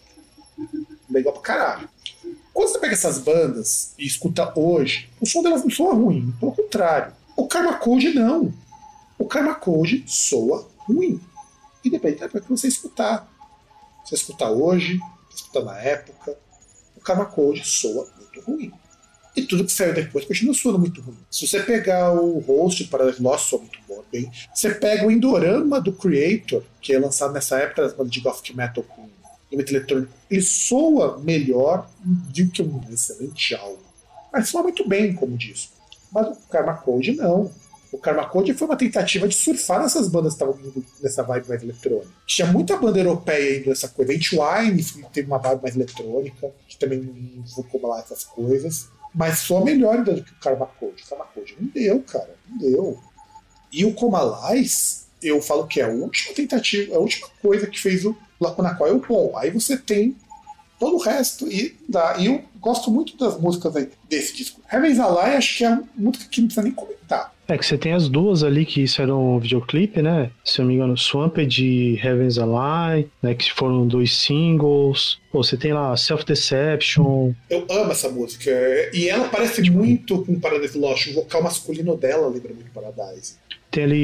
Legal pra caralho. Quando você pega essas bandas e escuta hoje, o som delas não soa ruim, pelo contrário. O Karma Code não. O Karma Code soa ruim. Independente do que você escutar. Se você escutar hoje, se escutar na época, o Karma Code soa muito ruim. E tudo que saiu depois continua soando muito ruim. Se você pegar o Host do Paradise Lost, soa muito bom, bem. Você pega o Indorama do Creator, que é lançado nessa época das bandas de Gothic Metal com limite eletrônico, ele soa melhor, digo que é um excelente álbum. Mas soa muito bem como disco. Mas o Karma Code não. O Karma Code foi uma tentativa de surfar nessas bandas que estavam indo nessa vibe mais eletrônica. Tinha muita banda europeia indo nessa coisa. Entwine teve uma vibe mais eletrônica, que também focou lá essas coisas. Mas soa melhor ainda do que o Karma Code. O Karma Code não deu, cara. Não deu. E o Comalais, eu falo que é a última tentativa, a última coisa que fez o Lacuna Coil bom. Aí você tem todo o resto. E eu gosto muito das músicas aí desse disco. Heaven's Ally, acho que é uma música que não precisa nem comentar. Que você tem as duas ali que saíram um videoclipe, né? Se eu não me engano, Swamped e Heaven's Ally, né? Que foram 2 singles. Pô, você tem lá Self-Deception. Eu amo essa música. E ela parece muito com Paradise Lost. O vocal masculino dela lembra muito Paradise. Tem ali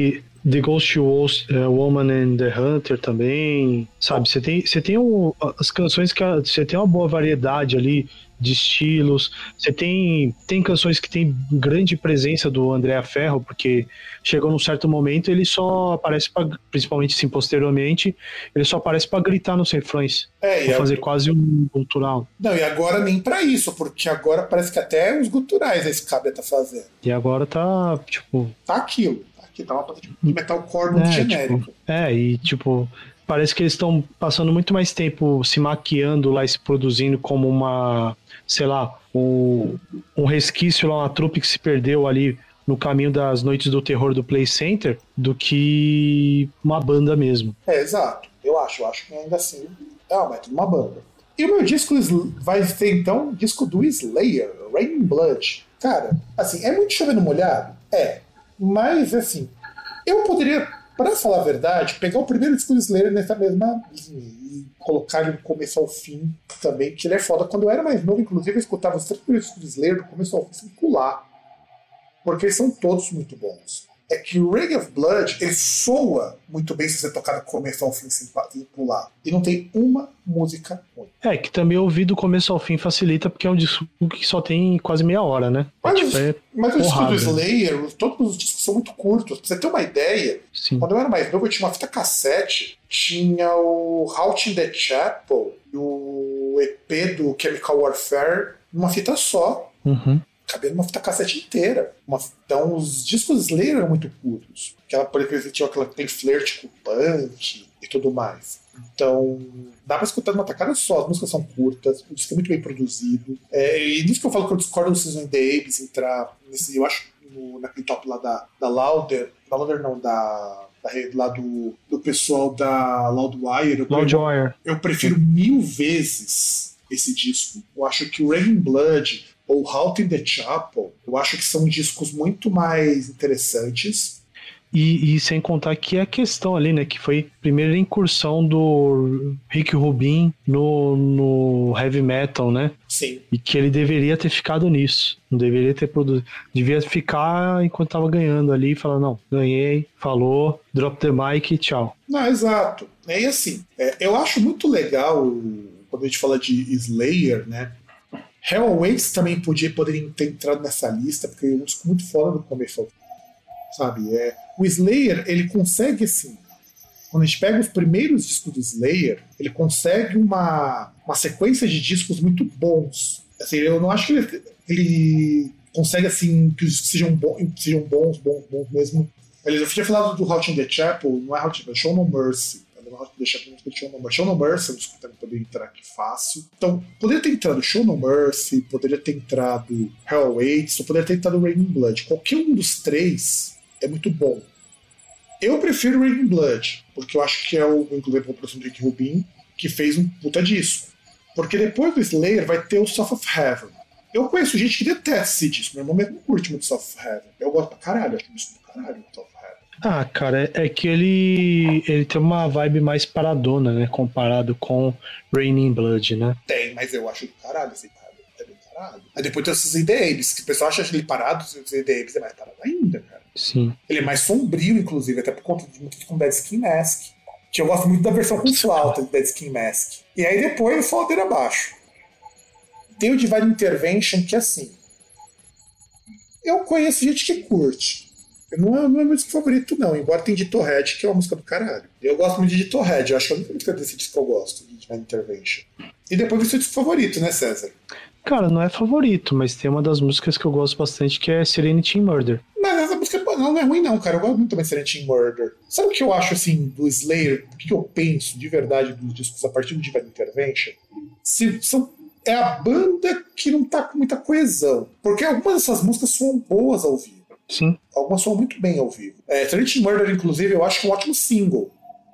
The Ghost Woman and the Hunter também, sabe? Você tem as canções que você tem uma boa variedade ali de estilos. Você tem canções que tem grande presença do Andrea Ferro, porque chegou num certo momento ele só aparece principalmente assim, posteriormente, ele só aparece pra gritar nos refrões. Pra fazer quase um cultural. Não, e agora nem pra isso, porque agora parece que até os guturais esse cabra tá fazendo. E agora tá, tipo... Tá aquilo. Aqui tá uma coisa de metalcore muito genérico. E tipo... Parece que eles estão passando muito mais tempo se maquiando lá e se produzindo como uma, sei lá, um resquício lá, uma trupe que se perdeu ali no caminho das noites do terror do Play Center, do que uma banda mesmo. Exato. Eu acho que ainda assim é uma banda. E o meu disco vai ser então o disco do Slayer, Raining Blood. Cara, assim, é muito chovendo molhado? É. Mas, assim, eu poderia... Pra falar a verdade, pegar o primeiro disco do Slayer nessa mesma linha e colocar ele do começo ao fim também, que ele é foda. Quando eu era mais novo, inclusive, eu escutava os 3 primeiros discos do Slayer do começo ao fim sem pular. Porque eles são todos muito bons. É que o Raining of Blood, ele soa muito bem se você tocar do começo ao fim sem pular. E não tem uma música ruim. Que também ouvir do começo ao fim facilita, porque é um disco que só tem quase meia hora, né? Mas o disco do Slayer, todos os discos são muito curtos. Pra você ter uma ideia, Sim. Quando eu era mais novo, eu tinha uma fita cassete, tinha o Halt in the Chapel e o EP do Chemical Warfare numa fita só. Uhum. Cabia numa fita cassete inteira. Então, os discos Slayer eram muito curtos. Por exemplo, tinha aquela que tem flirt com punk e tudo mais. Então, dá pra escutar numa tacada só. As músicas são curtas, o disco é muito bem produzido. E nisso que eu falo que eu discordo do Season Davis entrar nesse, eu acho, naquele top lá da Louder. Da Louder não, lá do pessoal da Loudwire. Eu prefiro 1000 vezes esse disco. Eu acho que o Raining Blood ou Halt in the Chapel, eu acho que são discos muito mais interessantes. E sem contar que a questão ali, né, que foi a primeira incursão do Rick Rubin no heavy metal, né? Sim. E que ele deveria ter ficado nisso. Não deveria ter produzido. Devia ficar enquanto tava ganhando ali e falar, não, ganhei, falou, drop the mic, tchau. Não, exato. E assim, eu acho muito legal quando a gente fala de Slayer, né? Hell Awaits também poderia ter entrado nessa lista, porque é um disco muito fora do começo. Sabe? O Slayer, ele consegue, assim, quando a gente pega os primeiros discos do Slayer, ele consegue uma sequência de discos muito bons. Assim, eu não acho que ele consegue, assim, que os discos sejam bons mesmo. Eu tinha falado do Halt in the Chapel, não é Halt in the Show No Mercy. Show No Mercy, eu também poderia entrar aqui fácil. Então, poderia ter entrado Show No Mercy, poderia ter entrado Hell Awaits, ou poderia ter entrado Raining Blood. Qualquer um dos 3 é muito bom. Eu prefiro Raining Blood, porque eu acho que inclusive a produção do Rick Rubin, que fez um puta disco. Porque depois do Slayer vai ter o South of Heaven. Eu conheço gente que detesta esse disco, meu irmão mesmo não curte muito South of Heaven. Eu gosto pra caralho, acho um disco do caralho, South of Heaven. Ah, cara, é que ele tem uma vibe mais paradona, né? Comparado com Raining Blood, né? Tem, mas eu acho do caralho esse cara. É bem parado. Aí depois tem esses IDMs, que o pessoal acha ele parado, os IDMs é mais parado ainda, cara. Sim. Ele é mais sombrio, inclusive, até por conta de muito com Dead Skin Mask. Que eu gosto muito da versão com flauta de Dead Skin Mask. E aí depois o ladeira abaixo. Tem o Divine Intervention, que assim. Eu conheço gente que curte. Não é meu disco favorito, não. Embora tenha Dittorhead, que é uma música do caralho. Eu gosto muito de Dittorhead. Eu acho que é a única música desse disco que eu gosto, de Divine Intervention. E depois do seu disco favorito, né, César? Cara, não é favorito, mas tem uma das músicas que eu gosto bastante, que é Serenity in Murder. Mas essa música não é ruim, não, cara. Eu gosto muito também de Serenity in Murder. Sabe o que eu acho, assim, do Slayer? O que eu penso, de verdade, dos discos a partir do Divine Intervention? É a banda que não tá com muita coesão. Porque algumas dessas músicas são boas ao vivo. Sim. Algumas soam muito bem ao vivo. Serenity in Murder, inclusive, eu acho que é um ótimo single.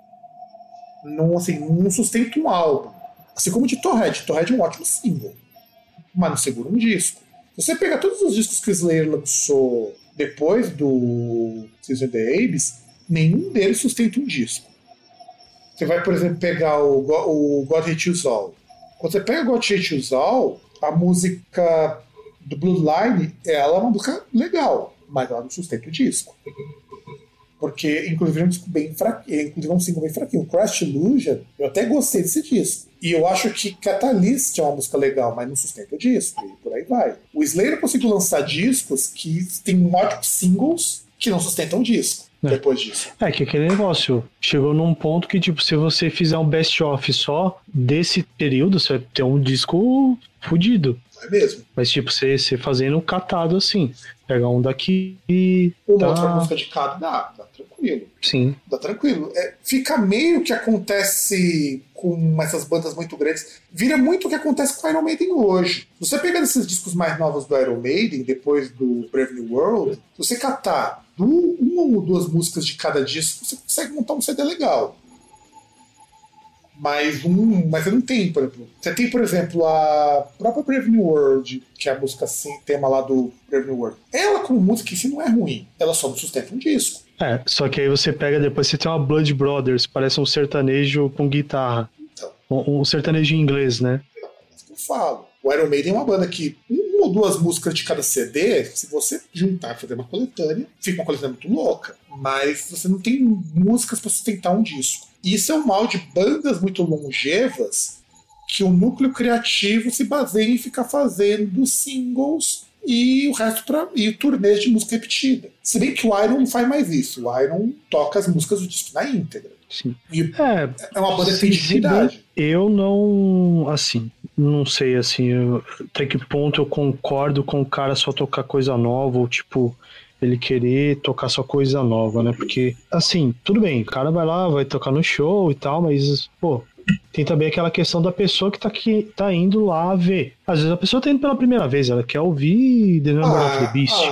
Não sustenta um álbum. Assim como o Dittorhead. Dittorhead é um ótimo single. Mas não segura um disco. Se você pegar todos os discos que o Slayer lançou depois do Season of the Abyss, nenhum deles sustenta um disco. Você vai, por exemplo, pegar o God Hate You All. Quando você pega God Hate You All, a música do Bloodline, ela é uma música legal, mas ela não sustenta o disco. Porque, inclusive, é um disco bem fraquinho, inclusive é um single bem fraquinho. O Crash Illusion, eu até gostei desse disco. E eu acho que Catalyst é uma música legal, mas não sustenta o disco, e por aí vai. O Slayer conseguiu lançar discos que tem ótimos singles que não sustentam o disco. Depois disso. Que aquele negócio chegou num ponto que, tipo, se você fizer um best-of só desse período, você vai ter um disco fodido. É mesmo. Mas, tipo, você fazendo um catado assim, pegar um daqui e. Uma outra música de cada, dá tranquilo. Sim. Dá tranquilo. Fica meio que acontece com essas bandas muito grandes. Vira muito o que acontece com o Iron Maiden hoje. Se você pegar esses discos mais novos do Iron Maiden, depois do Brave New World, se você catar uma ou duas músicas de cada disco, você consegue montar um CD legal. Mas você não tem, por exemplo. Você tem, por exemplo, a própria Brave New World, que é a música assim, tema lá do Brave New World. Ela, como música, em si, não é ruim. Ela só não sustenta um disco. Só que aí você pega depois, você tem uma Blood Brothers, parece um sertanejo com guitarra. Então, um sertanejo em inglês, né? É isso que eu falo. O Iron Maiden é uma banda que uma ou duas músicas de cada CD, se você juntar e fazer uma coletânea, fica uma coletânea muito louca. Mas você não tem músicas para sustentar um disco. E isso é um mal de bandas muito longevas, que o núcleo criativo se baseia em ficar fazendo singles e o resto e turnês de música repetida. Se bem que o Iron não faz mais isso. O Iron toca as músicas do disco na íntegra. Sim. E é uma banda que tem dignidade. Eu não, assim, não sei, assim, até que ponto eu concordo com o cara só tocar coisa nova, ou tipo, ele querer tocar só coisa nova, né? Porque, assim, tudo bem, o cara vai lá, vai tocar no show e tal, mas, pô, tem também aquela questão da pessoa que tá indo lá ver. Às vezes a pessoa tá indo pela primeira vez, ela quer ouvir The Number of the Beast.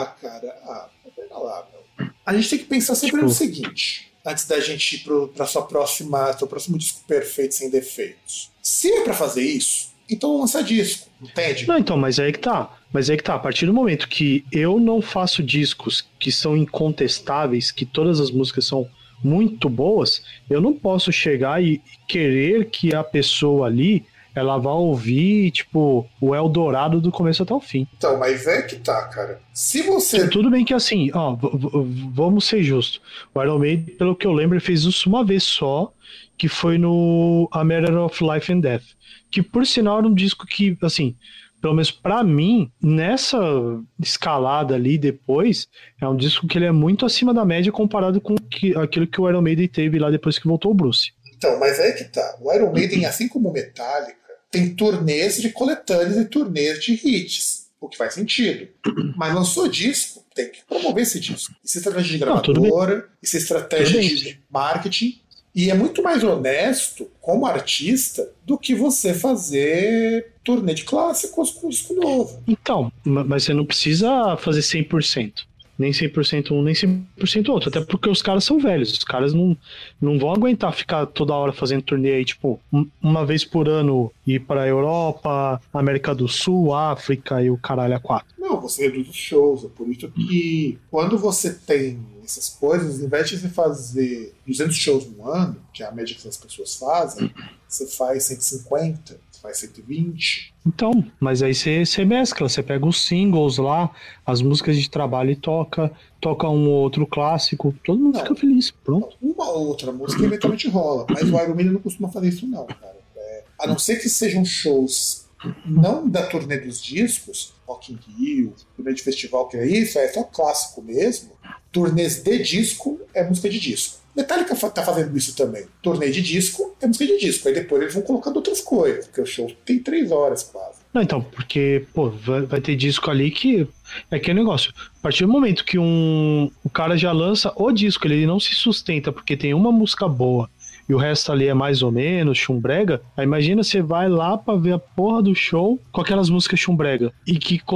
Pera lá, meu. A gente tem que pensar sempre no seguinte, antes da gente ir para seu próximo disco perfeito, sem defeitos. Se é pra fazer isso, então lança disco, entende? Não, então, mas aí que tá. A partir do momento que eu não faço discos que são incontestáveis, que todas as músicas são muito boas, eu não posso chegar e querer que a pessoa ali, ela vá ouvir, tipo, o Eldorado do começo até o fim. Então, mas é que tá, cara. Se você... Tudo bem que assim, ó, vamos ser justos. O Iron Maiden, pelo que eu lembro, ele fez isso uma vez só, que foi no A Matter of Life and Death. Que, por sinal, era um disco que, assim, pelo menos pra mim, nessa escalada ali depois, é um disco que ele é muito acima da média comparado com aquilo que o Iron Maiden teve lá depois que voltou o Bruce. Então, mas é que tá. O Iron Maiden, assim como o Metallica, tem turnês de coletâneas e turnês de hits, o que faz sentido. Mas lançou disco, tem que promover esse disco. Isso é estratégia de gravadora, isso é estratégia de marketing. E é muito mais honesto, como artista, do que você fazer turnê de clássicos com disco novo. Então, mas você não precisa fazer 100%. Nem 100% um, nem 100% outro. Até porque os caras são velhos. Os caras não vão aguentar ficar toda hora fazendo turnê aí, tipo, uma vez por ano ir pra Europa, América do Sul, África e o caralho a 4. Não, você reduz os shows. É por isso que quando você tem essas coisas, ao invés de você fazer 200 shows no ano, que é a média que as pessoas fazem, você faz 150, você faz 120. Então, mas aí você mescla, você pega os singles lá, as músicas de trabalho e toca um ou outro clássico, todo mundo fica feliz, pronto. Uma outra música eventualmente rola, mas o Iron Maiden não costuma fazer isso não, cara. A não ser que sejam shows não da turnê dos discos, Rock in Rio, turnê de festival, que é isso, é só clássico mesmo. Turnês de disco é música de disco. Metallica tá fazendo isso também. Turnê de disco é música de disco. Aí depois eles vão colocando outras coisas, porque o show tem 3 horas quase. Não, então, porque, pô, vai ter disco ali que é aquele negócio. A partir do momento que o cara já lança o disco, ele não se sustenta porque tem uma música boa e o resto ali é mais ou menos chumbrega, aí imagina você vai lá pra ver a porra do show com aquelas músicas chumbrega e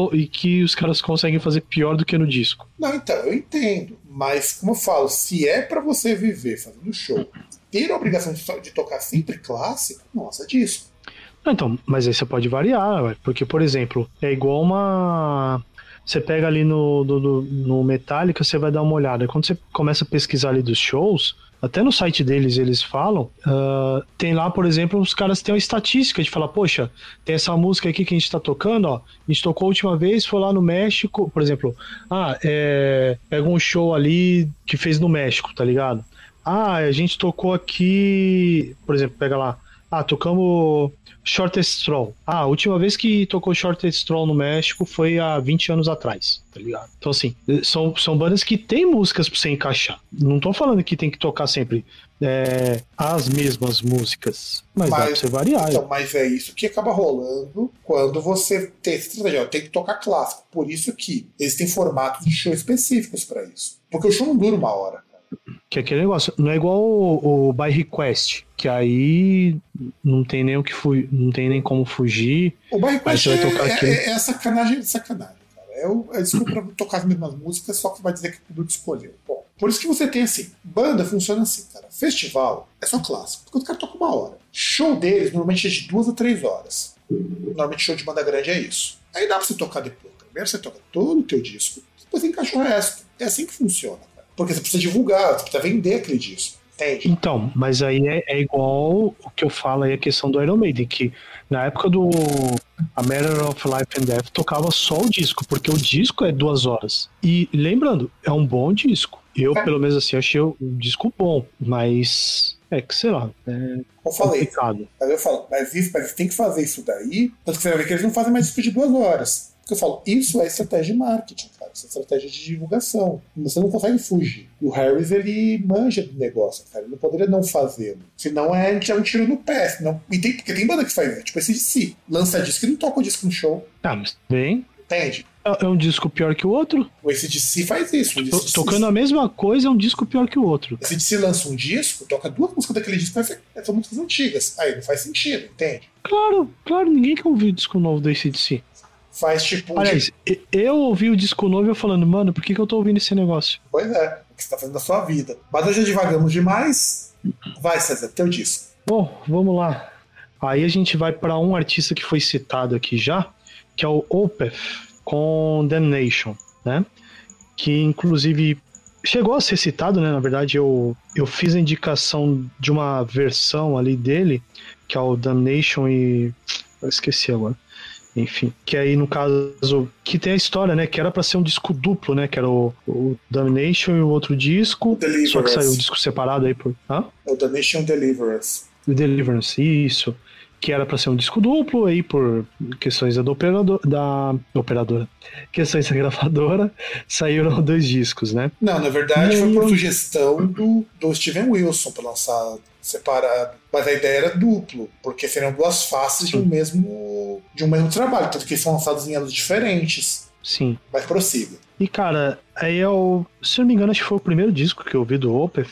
que os caras conseguem fazer pior do que no disco. Não, então, eu entendo, mas como eu falo, se é pra você viver fazendo show, ter a obrigação de tocar sempre clássico, nossa, disco. Não, então, mas aí você pode variar, porque, por exemplo, é igual você pega ali no Metallica, você vai dar uma olhada. Quando você começa a pesquisar ali dos shows, até no site deles eles falam, tem lá, por exemplo, os caras têm uma estatística de falar, poxa, tem essa música aqui que a gente tá tocando, ó, a gente tocou a última vez, foi lá no México, por exemplo, pega um show ali que fez no México, tá ligado? A gente tocou aqui, por exemplo, pega lá, tocamos Shortest Stroll. A última vez que tocou Shortest Stroll no México foi há 20 anos atrás, tá ligado? Então, assim, são bandas que tem músicas pra você encaixar. Não tô falando que tem que tocar sempre as mesmas músicas, mas dá pra você variar. Então, mas é isso que acaba rolando quando você tem essa estratégia. Tem que tocar clássico. Por isso que existem formatos de show específicos pra isso. Porque o show não dura 1 hora. Que é aquele negócio, não é igual o by request, que aí não tem nem não tem nem como fugir. O by request é sacanagem, cara. É desculpa pra tocar as mesmas músicas, só que vai dizer que o público escolheu. Bom, por isso que você tem assim, banda funciona assim, cara. Festival é só clássico, porque o cara toca 1 hora. Show deles normalmente é de 2 a 3 horas. Normalmente show de banda grande é isso. Aí dá pra você tocar depois. Primeiro você toca todo o teu disco, depois você encaixa o resto. É assim que funciona. Porque você precisa divulgar, você precisa vender aquele disco. Entende? Então, mas aí é igual o que eu falo aí, a questão do Iron Maiden, que na época do A Matter of Life and Death tocava só o disco, porque o disco é 2 horas. E lembrando, é um bom disco. Eu, pelo menos assim, achei o disco bom, mas que sei lá, complicado. Mas eu falo, mas tem que fazer isso daí, tanto que você vai ver que eles não fazem mais disco de 2 horas. Porque eu falo, isso é estratégia de marketing, cara. Isso é estratégia de divulgação. Você não consegue fugir. E o Harris, ele manja do negócio, cara. Ele não poderia não fazê-lo. Senão a gente é um tiro no pé. Senão... Porque tem banda que faz isso. Tipo esse DC. Lança disco e não toca o disco no show. Mas bem... Entende? É um disco pior que o outro? O ACDC faz isso. Tocando a mesma coisa, é um disco pior que o outro. O ACDC lança um disco, toca 2 músicas daquele disco, são músicas antigas. Aí não faz sentido, entende? Claro, ninguém quer ouvir o disco novo do ACDC. Faz tipo... Aliás, eu ouvi o disco novo e eu falando, mano, por que eu tô ouvindo esse negócio? Pois é, o que você tá fazendo da sua vida. Mas nós já divagamos demais. Vai, César, teu disco. Bom, vamos lá. Aí a gente vai pra um artista que foi citado aqui já, que é o Opeth, com Damnation, né? Que inclusive chegou a ser citado, né? Na verdade, eu fiz a indicação de uma versão ali dele, que é o Damnation e... eu esqueci agora. Enfim, que aí no caso, que tem a história, né, que era pra ser um disco duplo, né, que era o Damnation e o outro disco, só que saiu o disco separado aí por... O Damnation Deliverance. Deliverance, isso, que era pra ser um disco duplo, aí por questões da operadora, questões da gravadora, saíram 2 discos, né. Não, na verdade foi por sugestão do Steven Wilson pra lançar separado, mas a ideia era duplo, porque seriam 2 faces de um mesmo trabalho, tanto que eles são lançados em anos diferentes. Sim. Mas prossiga. E cara, aí se eu não me engano, acho que foi o primeiro disco que eu ouvi do Opeth,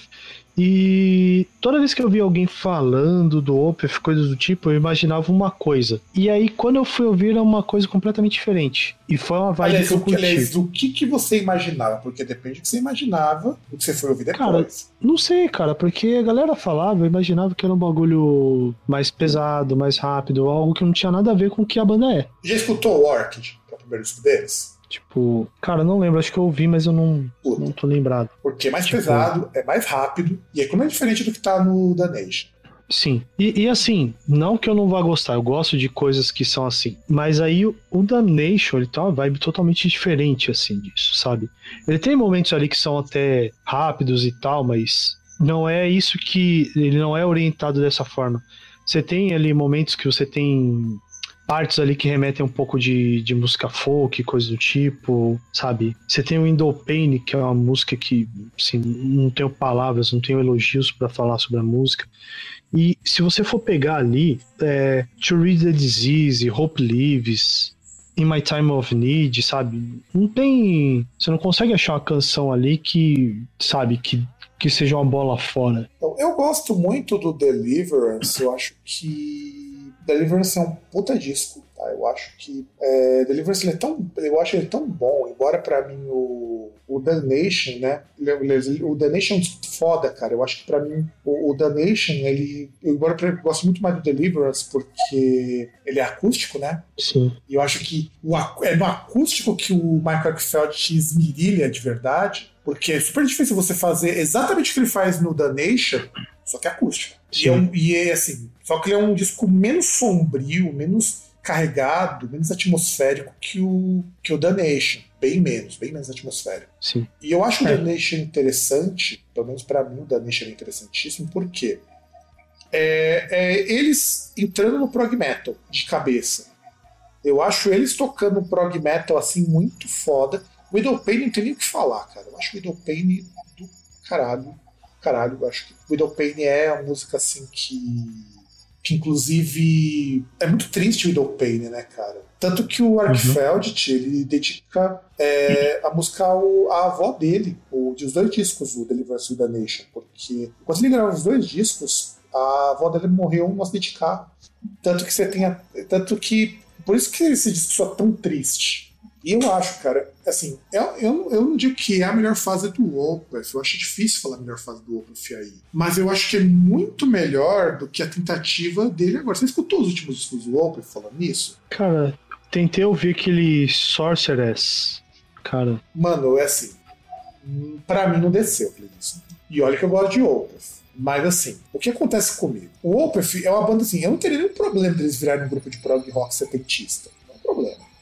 e toda vez que eu vi alguém falando do Opeth, coisas do tipo, eu imaginava uma coisa. E aí, quando eu fui ouvir, era uma coisa completamente diferente. E foi uma vibe que eu curti. Aliás, o que você imaginava? Porque depende do que você imaginava, do que você foi ouvir depois. Cara, não sei, cara, porque a galera falava, eu imaginava que era um bagulho mais pesado, mais rápido, algo que não tinha nada a ver com o que a banda é. Já escutou o Orchid, que é o primeiro disco deles? Tipo, cara, não lembro, acho que eu ouvi, mas eu não tô lembrado. Porque é mais pesado, é mais rápido, e é como é diferente do que tá no Damnation. Sim, e assim, não que eu não vá gostar, eu gosto de coisas que são assim, mas aí o Damnation, ele tem uma vibe totalmente diferente, assim, disso, sabe? Ele tem momentos ali que são até rápidos e tal, mas não é isso que... ele não é orientado dessa forma. Você tem ali momentos que você tem... partes ali que remetem um pouco de música folk, coisa do tipo, sabe? Você tem o Indopane, que é uma música que, assim, não tenho palavras, não tenho elogios pra falar sobre a música. E se você for pegar ali, To Read the Disease, Hope Lives, In My Time of Need, sabe? Não tem... você não consegue achar uma canção ali que, sabe, que seja uma bola fora. Então, eu gosto muito do Deliverance, eu acho que Deliverance é um puta disco, tá? Eu acho que Deliverance eu acho ele tão bom, embora pra mim o Damnation, né? O Damnation é um disco foda, cara. Eu acho que pra mim o Damnation, embora eu gosto muito mais do Deliverance porque ele é acústico, né? Sim. E eu acho que é no acústico que o Michael Oakfield te esmirilha de verdade. Porque é super difícil você fazer exatamente o que ele faz no Damnation, só que acústica. E é assim, só que ele é um disco menos sombrio, menos carregado, menos atmosférico que o Damnation. Bem menos atmosférico. Sim. E eu acho o Damnation interessante, pelo menos pra mim o Damnation é interessantíssimo, porque eles entrando no prog metal de cabeça. Eu acho eles tocando um prog metal assim muito foda. Widow Pain não tem nem o que falar, cara. Eu acho Widow Pain do caralho. Eu acho que Widow Pain é uma música assim que inclusive é muito triste o Widow Pain, né, cara? Tanto que o Arkfeldt, ele dedica a música à avó dele, dos 2 discos, o Deliverance da Nation, porque quando ele gravava os 2 discos, a avó dele morreu num acidente de carro. Tanto que por isso que esse disco só é tão triste. E eu acho, cara, assim, eu não digo que é a melhor fase do Opeth, eu acho difícil falar a melhor fase do Opeth aí, mas eu acho que é muito melhor do que a tentativa dele agora. Você escutou os últimos discos do Opeth falando nisso? Cara, tentei ouvir aquele Sorceress, cara. Mano, é assim, pra mim não desceu, Cleison. E olha que eu gosto de Opeth. Mas assim, o que acontece comigo? O Opeth é uma banda assim, eu não teria nenhum problema deles virarem um grupo de prog rock setentista. Não é um problema.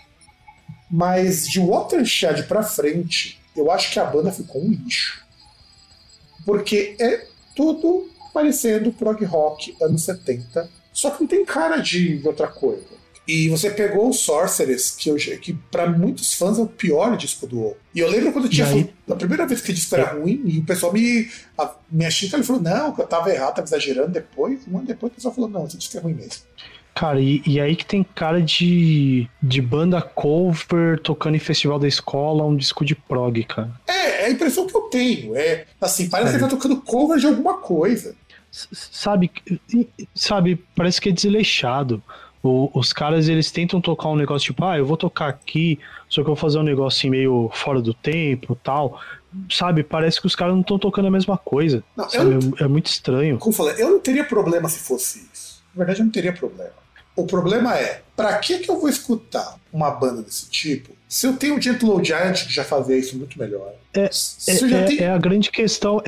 Mas de Watershed pra frente, eu acho que a banda ficou um lixo. Porque é tudo parecendo prog rock anos 70, só que não tem cara de outra coisa. E você pegou o Sorceress, que pra muitos fãs é o pior disco do Opeth. E eu lembro quando eu tinha a primeira vez que o disco era ruim, e o pessoal minha chica falou, não, que eu tava errado, tava exagerando. Depois, um ano depois, o pessoal falou, não, esse disco é ruim mesmo. Cara, e aí que tem cara de banda cover tocando em festival da escola, um disco de prog, cara. É a impressão que eu tenho. Assim, parece que ele tá tocando cover de alguma coisa. Sabe, parece que é desleixado. Os caras, eles tentam tocar um negócio tipo, eu vou tocar aqui, só que eu vou fazer um negócio assim meio fora do tempo e tal. Sabe, parece que os caras não estão tocando a mesma coisa. Não, é muito estranho. Como eu falei, eu não teria problema se fosse isso. Na verdade, eu não teria problema. O problema é, pra que eu vou escutar uma banda desse tipo se eu tenho o Gentle Giant que já fazia isso muito melhor? É a grande questão,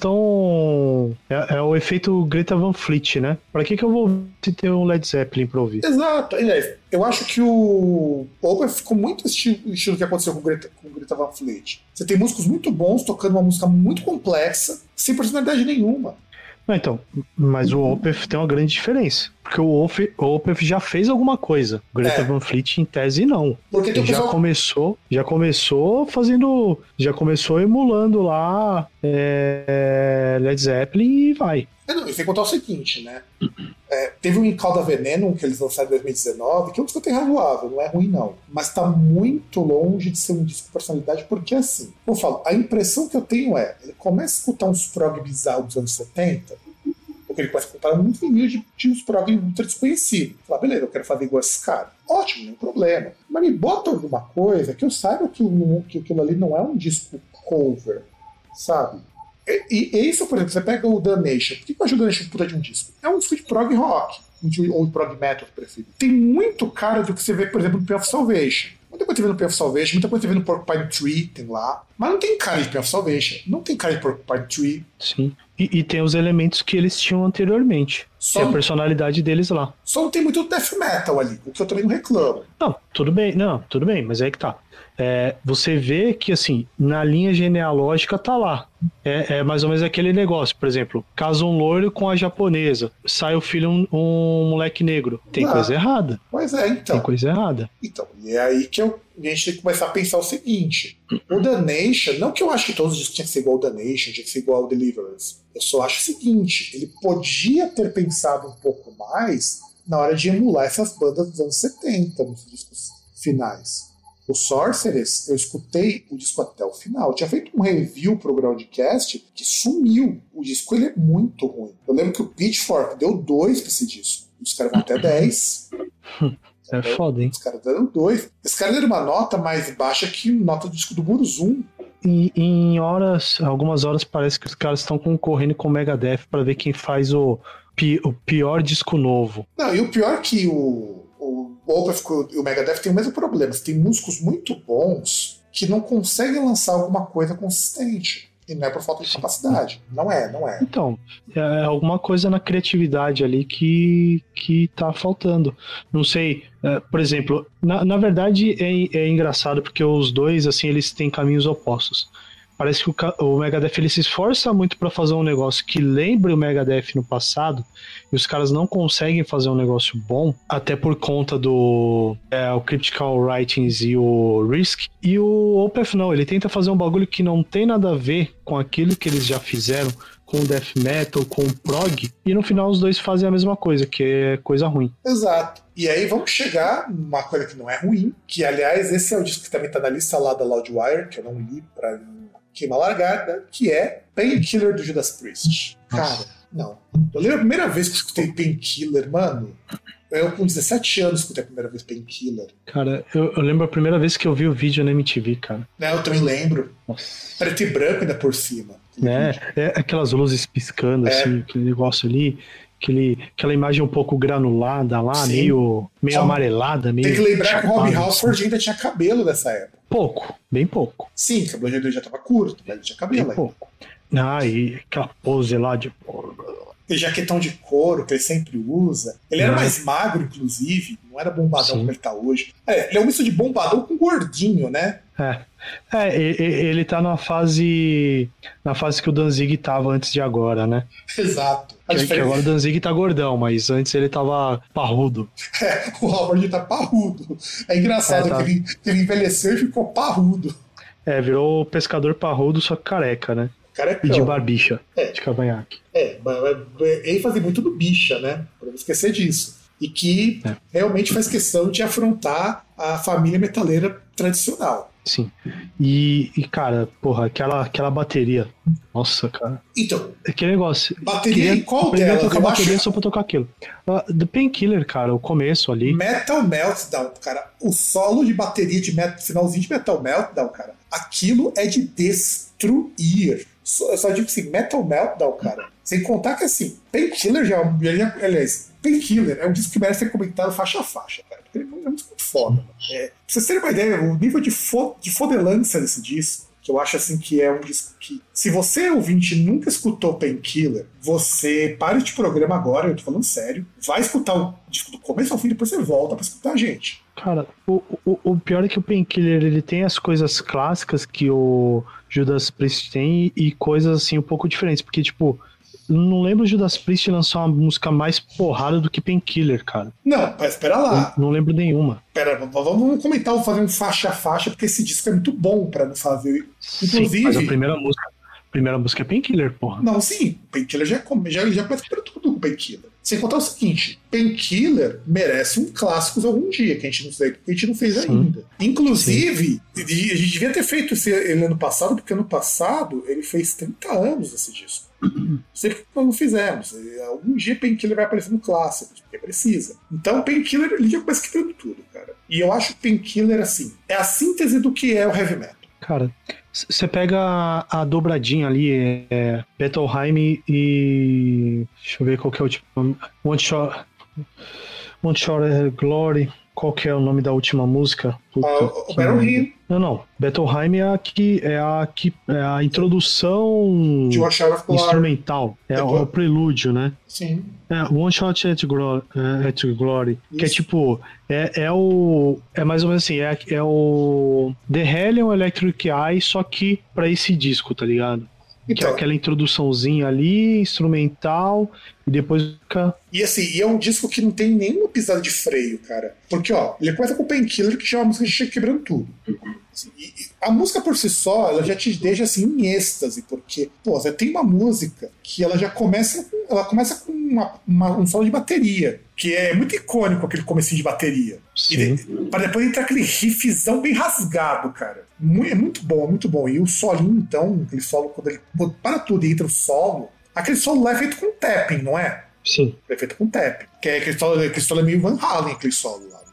é o efeito Greta Van Fleet, né? Pra que eu vou ter um Led Zeppelin pra ouvir? Exato. Eu acho que o Opeth ficou muito estilo que aconteceu com Greta Van Fleet. Você tem músicos muito bons tocando uma música muito complexa, sem personalidade nenhuma. Não, então, mas o Opeth tem uma grande diferença. Porque o Opeth já fez alguma coisa. O Greta Van Fleet, em tese, não. Porque ele já começou fazendo. Já começou emulando lá Led Zeppelin e vai. E sem contar o seguinte, né? Teve o In Cauda Veneno, que eles lançaram em 2019, que é um disco até razoável, não é ruim não. Mas tá muito longe de ser um disco de personalidade, porque assim, eu falo, a impressão que eu tenho ele começa a escutar uns prog bizarros dos anos 70, porque ele começa a comprar muito vinil de uns prog ultra desconhecidos. Fala, beleza, eu quero fazer igual esses caras. Ótimo, não tem problema. Mas me bota alguma coisa que eu saiba que aquilo ali não é um disco cover, sabe? E isso, por exemplo, você pega o Damnation. Por que eu acho o Damnation puta de um disco? É um disco de prog rock, ou de prog metal, prefiro. Tem muito cara do que você vê, por exemplo, no Pain of Salvation. Muita coisa você vê no Pain of Salvation, muita coisa você vê no Porcupine Tree, tem lá. Mas não tem cara de Pain of Salvation, não tem cara de Porcupine Tree. Sim, e tem os elementos que eles tinham anteriormente. Tem a personalidade deles lá. Só não tem muito death metal ali, o que eu também não reclamo. Não, tudo bem, mas aí que tá. Você vê que, assim, na linha genealógica tá lá. É mais ou menos aquele negócio, por exemplo, casa um loiro com a japonesa, sai o filho um moleque negro. Tem coisa errada. Pois é, então. Tem coisa errada. Então, e é aí que a gente tem que começar a pensar o seguinte. O Damnation, não que eu acho que todos os discos tinham que ser igual ao Damnation, tinha que ser igual ao Deliverance. Eu só acho o seguinte, ele podia ter pensado um pouco mais na hora de emular essas bandas dos anos 70 nos discos finais. O Sorceress, eu escutei o disco até o final. Eu tinha feito um review pro Groundcast que sumiu. O disco ele é muito ruim. Eu lembro que o Pitchfork deu 2 pra esse disco. Os caras vão até 10. É foda, hein? Os caras deram 2. Esse cara deram uma nota mais baixa que nota do disco do Burzum. E algumas horas parece que os caras estão concorrendo com o Megadeth pra ver quem faz o pior disco novo. Não, e o pior é que o Opeth e o Megadeth tem o mesmo problema. Você tem músicos muito bons que não conseguem lançar alguma coisa consistente. E não é por falta de capacidade. Não é. Então, é alguma coisa na criatividade ali que tá faltando. Não sei, por exemplo, na verdade é engraçado porque os dois, assim, eles têm caminhos opostos. Parece que o Megadeth ele se esforça muito para fazer um negócio que lembre o Megadeth no passado, e os caras não conseguem fazer um negócio bom, até por conta do o Critical Writings e o Risk. E o Opeth não, ele tenta fazer um bagulho que não tem nada a ver com aquilo que eles já fizeram, com o death metal, com o prog, e no final os dois fazem a mesma coisa, que é coisa ruim. Exato. E aí vamos chegar numa coisa que não é ruim, que aliás esse é o disco que também tá na lista lá da Loudwire, que eu não li pra queima largada, que é Painkiller do Judas Priest. Cara, não. Eu lembro a primeira vez que eu escutei Painkiller, mano. Eu com 17 anos escutei a primeira vez Painkiller. Cara, eu lembro a primeira vez que eu vi o vídeo na MTV, cara. Eu também lembro. Nossa. Preto e branco ainda por cima. É aquelas luzes piscando, assim, aquele negócio ali. Aquela imagem um pouco granulada lá, meio amarelada. Meio tem que lembrar que o Rob Halford assim. ainda tinha cabelo nessa época. Pouco, bem pouco. Sim, o cabelo dele já tava curto, mas ele tinha cabelo bem aí. Pouco. E aquela pose lá de... Aquele jaquetão de couro que ele sempre usa. Ele era mais magro, inclusive. Não era bombadão como ele tá hoje. Ele é um misto de bombadão com gordinho, né? Ele tá na fase que o Danzig tava antes de agora, né? Exato. Que agora o Danzig tá gordão, mas antes ele tava parrudo. O Halford tá parrudo. É engraçado que ele envelheceu e ficou parrudo. Virou pescador parrudo, só que careca, né? Carecão. E de barbicha, de cavanhaque. Ele fazia muito do bicha, né? Pra não esquecer disso. E que realmente faz questão de afrontar a família metaleira tradicional. Sim. E cara, porra, aquela bateria. Nossa, cara. Então. Aquele negócio. Bateria em qual delas? Tocar bateria só pra tocar aquilo. The Painkiller, cara, o começo ali. Metal Meltdown, cara. O solo de bateria de finalzinho de Metal Meltdown, cara. Aquilo é de destruir. Eu só digo assim, Metal Meltdown, cara. Sem contar que assim, Painkiller aliás, Painkiller é um disco que merece ser comentado faixa a faixa, cara. Porque ele é um disco muito foda. Pra vocês terem uma ideia, o nível de fodelância desse disco, que eu acho assim que é um disco que, se você, ouvinte, nunca escutou Painkiller, você para este programa agora, eu tô falando sério, vai escutar o disco do começo ao fim, depois você volta pra escutar a gente. Cara, o pior é que o Painkiller, ele tem as coisas clássicas que o Judas Priest tem e coisas assim um pouco diferentes, porque tipo, não lembro o Judas Priest lançar uma música mais porrada do que Painkiller, cara. Não, mas espera lá. Não lembro nenhuma. Pera, vamos comentar, vamos fazer um faixa a faixa, porque esse disco é muito bom pra não fazer. Inclusive. Sim, mas a primeira música é Painkiller, porra. Não, sim, Painkiller já começa por tudo com Painkiller. Sem contar o seguinte, Painkiller merece um clássicos algum dia, que a gente não fez ainda. Inclusive, a gente devia ter feito ele ano passado, porque ano passado ele fez 30 anos esse disco. Não sei porque nós não fizemos. Algum dia Painkiller vai aparecer no clássico, porque precisa. Então Painkiller, ele já começa quebrando tudo, cara. E eu acho que Painkiller, assim, é a síntese do que é o heavy metal. Cara, você pega a dobradinha ali, Bettelheim e... Deixa eu ver qual que é o último... One Shot Glory. Qual que é o nome da última música? O Battle Hymn. Não. Bettelheim é a introdução de One Shot of Glory. Instrumental. É o prelúdio, né? Sim. One Shot at Glory. Isso. Que é tipo... É mais ou menos assim, é o The Hellion Electric Eye, só que pra esse disco, tá ligado? Então, que é aquela introduçãozinha ali, instrumental, e depois fica... E assim, é um disco que não tem nenhuma pisada de freio, cara. Porque, ele começa com Painkiller, que já é uma música que chega quebrando tudo. Assim, e a música por si só, ela já te deixa assim em êxtase, porque, você tem uma música que ela já começa com um solo de bateria, que é muito icônico, aquele comecinho de bateria. Para depois entrar aquele riffzão bem rasgado, cara. É muito bom. E o solinho, então, aquele solo, quando ele para tudo e entra o solo, aquele solo lá é feito com tapping, não é? Sim. É feito com tapping. Que é aquele solo é meio Van Halen, aquele solo lá.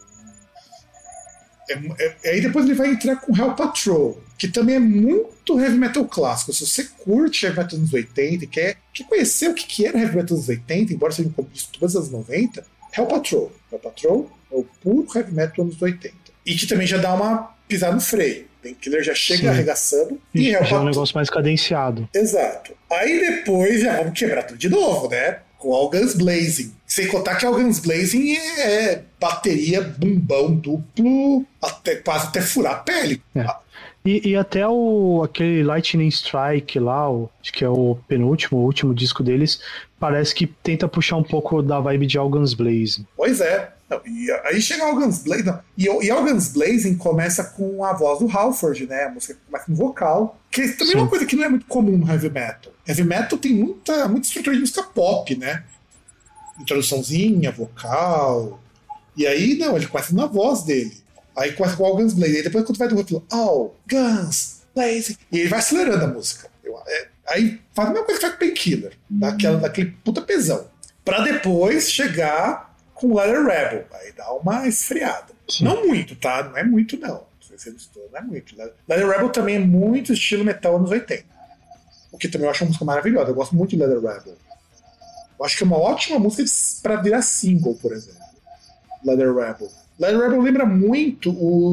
Aí depois ele vai entrar com Hell Patrol, que também é muito heavy metal clássico. Se você curte heavy metal dos anos 80 e quer conhecer o que era heavy metal dos 80, embora seja um começo de todas as 90, Hell Patrol é o puro heavy metal dos anos 80. E que também já dá uma pisada no freio. Painkiller já chega Sim. arregaçando. E E já é um Hellcat... negócio mais cadenciado. Exato. Aí depois já vamos quebrar tudo de novo, né? Com All Guns Blazing. Sem contar que All Guns Blazing é bateria, bumbão duplo, quase até furar a pele. É. E até aquele Lightning Strike lá, acho que é o penúltimo, o último disco deles, parece que tenta puxar um pouco da vibe de All Guns Blazing. Pois é. Não, e aí chega All Guns Blazing. E All Guns Blazing começa com a voz do Halford, né? A música começa com vocal. Que também é uma coisa que não é muito comum no heavy metal. Heavy metal tem muita estrutura de música pop, né? Introduçãozinha, vocal. E aí, não, ele começa na voz dele. Aí começa com All Guns Blazing. Aí depois, quando vai do outro, All Guns Blazing. E ele vai acelerando a música. Aí faz a mesma coisa que faz com Painkiller. Daquele puta pesão. Pra depois chegar com Leather Rebel. Aí dá uma esfriada. Sim. Não muito, tá? Não é muito, não. Não é muito. Leather Rebel também é muito estilo metal anos 80. O que também eu acho uma música maravilhosa. Eu gosto muito de Leather Rebel. Eu acho que é uma ótima música pra virar single, por exemplo. Leather Rebel. Leather Rebel lembra muito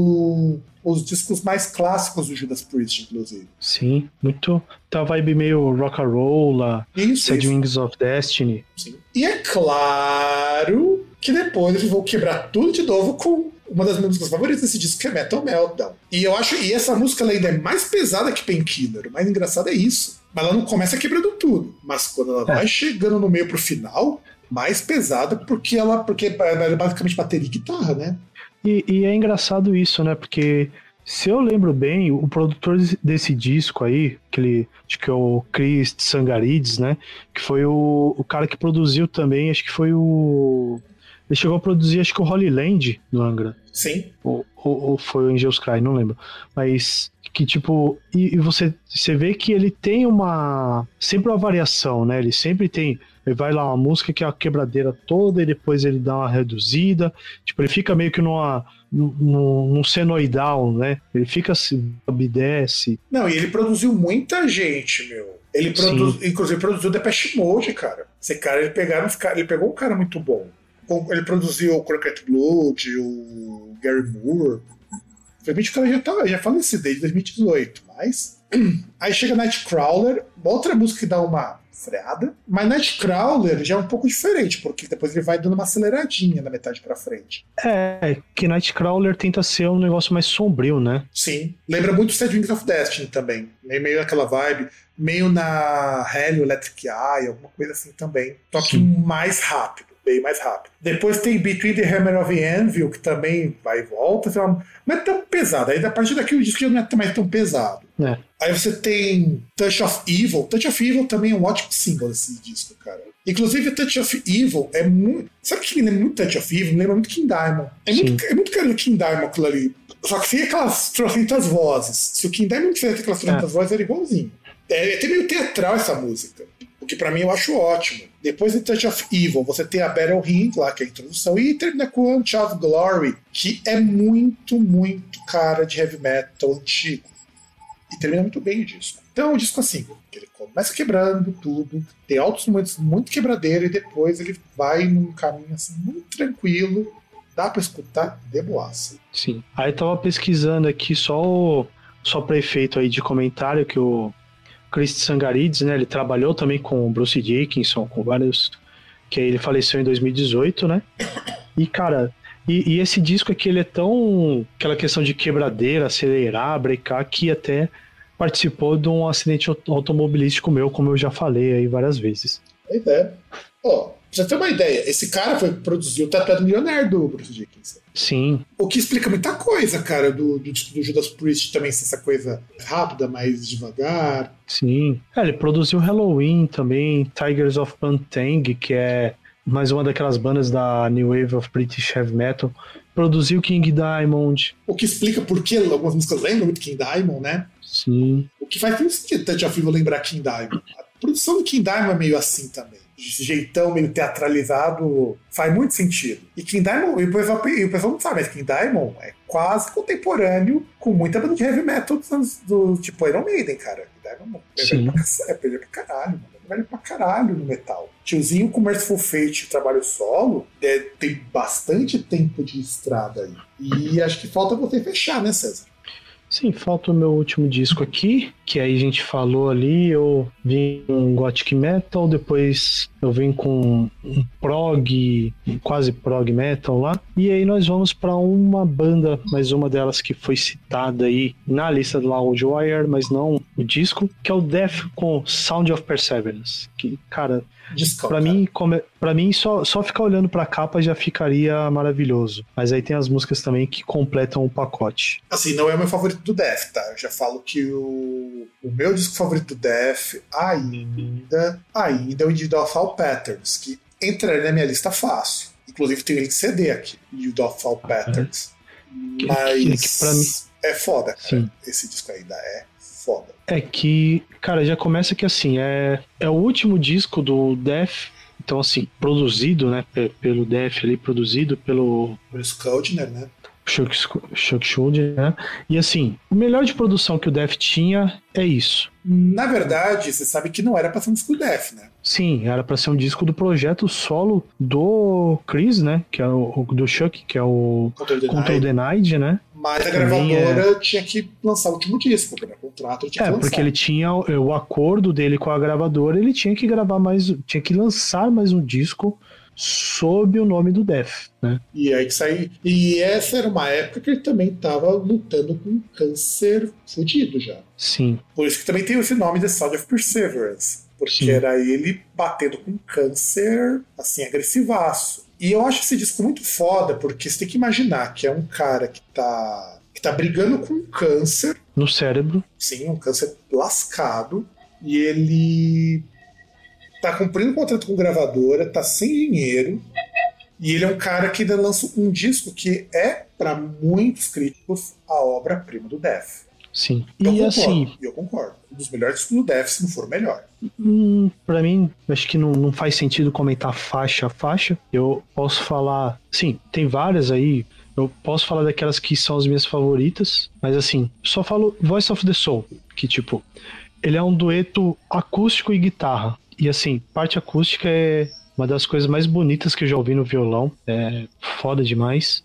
os discos mais clássicos do Judas Priest, inclusive. Sim, muito. Tá a vibe meio rock and roll, Sad Wings of Destiny. Sim. E é claro que depois eles vão quebrar tudo de novo com uma das minhas músicas favoritas desse disco, que é Metal Meltdown. E eu acho que essa música ela ainda é mais pesada que Painkiller. O mais engraçado é isso. Mas ela não começa quebrando tudo. Mas quando ela vai chegando no meio pro final, mais pesada, porque é basicamente bateria e guitarra, né? E é engraçado isso, né? Porque se eu lembro bem, o produtor desse disco aí, acho que é o Chris Tsangarides, né? Que foi o cara que produziu também, acho que foi ele chegou a produzir, acho que o Holy Land do Angra. Sim. Ou foi o Angels Cry, não lembro. Mas que tipo, e você vê que ele tem sempre uma variação, né? Ele sempre tem, ele vai lá uma música que é a quebradeira toda e depois ele dá uma reduzida, tipo, ele fica meio que num senoidal, né? Ele fica assim, obedece. Não, e ele produziu muita gente, meu. Ele inclusive produziu Depeche Mode, cara. Esse cara, ele pegou um cara muito bom. Ele produziu o Crooked Blood, o Gary Moore. Infelizmente o cara já falecido desde 2018, mas... Aí chega Nightcrawler, outra música que dá uma freada, mas Nightcrawler já é um pouco diferente, porque depois ele vai dando uma aceleradinha na metade pra frente. Que Nightcrawler tenta ser um negócio mais sombrio, né? Sim, lembra muito Sad Wings of Destiny também, meio naquela vibe, meio na Helio Electric Eye, alguma coisa assim também, toque mais rápido. Bem mais rápido. Depois tem Between the Hammer of Anvil, que também vai e volta, não é tão pesado. Aí a partir daqui o disco já não é mais tão pesado. Aí você tem Touch of Evil. Touch of Evil também é um ótimo símbolo desse disco, cara. Inclusive, Touch of Evil é muito... Sabe o que me lembra muito Touch of Evil? Me lembra muito King Diamond. É muito cara do King Diamond aquilo ali. Só que sem aquelas trocentas vozes. Se o King Diamond fizesse aquelas trocentas vozes, era igualzinho. É até meio teatral essa música. O que pra mim eu acho ótimo. Depois de Touch of Evil, você tem a Battle Hymn, lá que é a introdução, e termina com Unch of Glory, que é muito, muito cara de heavy metal antigo. E termina muito bem o disco. Então é um disco assim, que ele começa quebrando tudo, tem altos momentos muito quebradeiro, e depois ele vai num caminho assim, muito tranquilo, dá pra escutar de boaça. Sim. Aí eu tava pesquisando aqui só pra efeito aí de comentário que o Chris Tsangarides, né, ele trabalhou também com o Bruce Dickinson, com vários, que ele faleceu em 2018, né, e cara, e esse disco aqui, ele é tão, aquela questão de quebradeira, acelerar, brecar, que até participou de um acidente automobilístico meu, como eu já falei aí várias vezes. Pois é. Pra você ter uma ideia, esse cara produziu o Tatuado Milionário do Bruce Dickinson. Sim. O que explica muita coisa, cara, do Judas Priest também, essa coisa rápida, mais devagar. Sim. Ele produziu Halloween também, Tigers of Pantang, que é mais uma daquelas bandas da New Wave of British Heavy Metal. Produziu King Diamond. O que explica por que algumas músicas lembram muito King Diamond, né? Sim. O que faz muito sentido, Touch of Evil lembrar King Diamond. A produção do King Diamond é meio assim também. Esse jeitão meio teatralizado faz muito sentido. E King Diamond, o pessoal não sabe, mas King Diamond é quase contemporâneo com muita banda de heavy metal do tipo Iron Maiden, cara. King Diamond é velho pra caralho, mano. É velho pra caralho no metal. Tiozinho com Merciful Fate, trabalho solo, tem bastante tempo de estrada aí. E acho que falta você fechar, né, César? Sim, falta o meu último disco aqui, que aí a gente falou ali, eu vim com Gothic Metal, depois eu vim com um prog, quase prog metal lá, e aí nós vamos para uma banda, mais uma delas que foi citada aí na lista do Loudwire, mas não o disco, que é o Death com Sound of Perseverance, que, cara... Pra mim só ficar olhando pra capa já ficaria maravilhoso. Mas aí tem as músicas também que completam o pacote. Assim, não é o meu favorito do Death, tá? Eu já falo que o meu disco favorito do Death ainda é o Individual Fall Patterns, que entraria na minha lista fácil. Inclusive tem ele CD aqui, Individual Fall Patterns. Mas pra mim... é foda, cara. Sim. Esse disco ainda é foda. É que, cara, já começa que assim, é o último disco do Death, então assim, produzido, né, pelo Death ali, produzido pelo Bruce Kuldner, né? Chuck Schuldiner, né? E assim, o melhor de produção que o Death tinha é isso. Na verdade, você sabe que não era pra ser um disco do Death, né? Sim, era pra ser um disco do projeto solo do Chris, né? Que é o do Chuck, que é o Control Denied, né? Mas a gravadora tinha que lançar o último disco, porque o contrato ele tinha que lançar. Porque ele tinha o acordo dele com a gravadora, ele tinha que gravar mais, tinha que lançar mais um disco sob o nome do Death, né? E aí que saiu. E essa era uma época que ele também estava lutando com um câncer fudido já. Sim. Por isso que também tem esse nome de Sound of Perseverance. Porque Sim. era ele batendo com um câncer, assim, agressivaço. E eu acho esse disco muito foda, porque você tem que imaginar que é um cara que tá brigando com um câncer. No cérebro. Sim, um câncer lascado. E ele tá cumprindo um contrato com gravadora, tá sem dinheiro, e ele é um cara que ainda lança um disco que é, para muitos críticos, a obra-prima do Death. Sim. Eu concordo. Um dos melhores discos do Death, se não for o melhor. Pra mim, acho que não faz sentido comentar faixa a faixa. Eu posso falar... Sim, tem várias aí. Eu posso falar daquelas que são as minhas favoritas, mas assim, só falo Voice of the Soul, que tipo, ele é um dueto acústico e guitarra. E assim, parte acústica é uma das coisas mais bonitas que eu já ouvi no violão. É foda demais.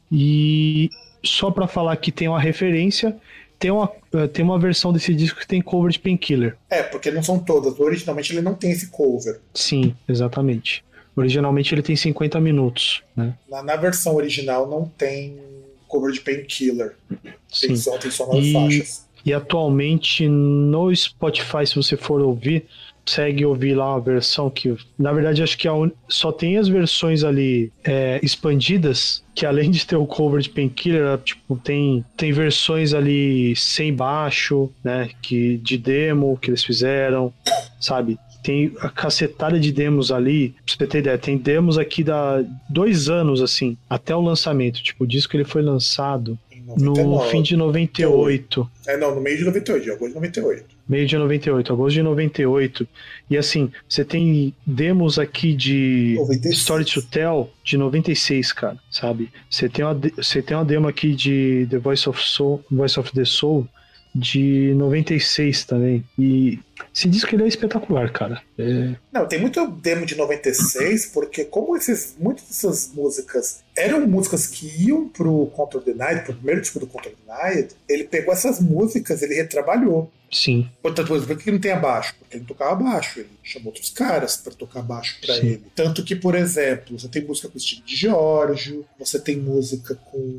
E só pra falar que tem uma referência, tem uma versão desse disco que tem cover de Painkiller. Porque não são todas. Originalmente ele não tem esse cover. Sim, exatamente. Originalmente ele tem 50 minutos, né? Na versão original não tem cover de Painkiller. Tem só 9 faixas. E atualmente no Spotify, se você for ouvir, consegue ouvir lá uma versão que, na verdade, acho que só tem as versões ali expandidas, que além de ter o cover de Painkiller, tipo, tem versões ali sem baixo, né, de demo que eles fizeram, sabe? Tem a cacetada de demos ali, pra você ter ideia, tem demos aqui da 2 anos, assim, até o lançamento. Tipo, o disco ele foi lançado no fim de 98. No meio de 98, agosto de 98. Meio de 98, agosto de 98. E assim, você tem demos aqui de 96. Story to Tell de 96, cara, sabe? Você tem uma demo aqui de The Voice of the Soul de 96 também. E esse disco ele é espetacular, cara. Não, tem muito demo de 96, porque como muitas dessas músicas eram músicas que iam pro Control Denied, pro primeiro disco do Control Denied, ele pegou essas músicas, ele retrabalhou. Sim. Portanto, por que não tem abaixo? Porque ele não tocava baixo, ele chamou outros caras para tocar baixo para ele. Tanto que, por exemplo, você tem música com o Steve Giorgio, você tem música com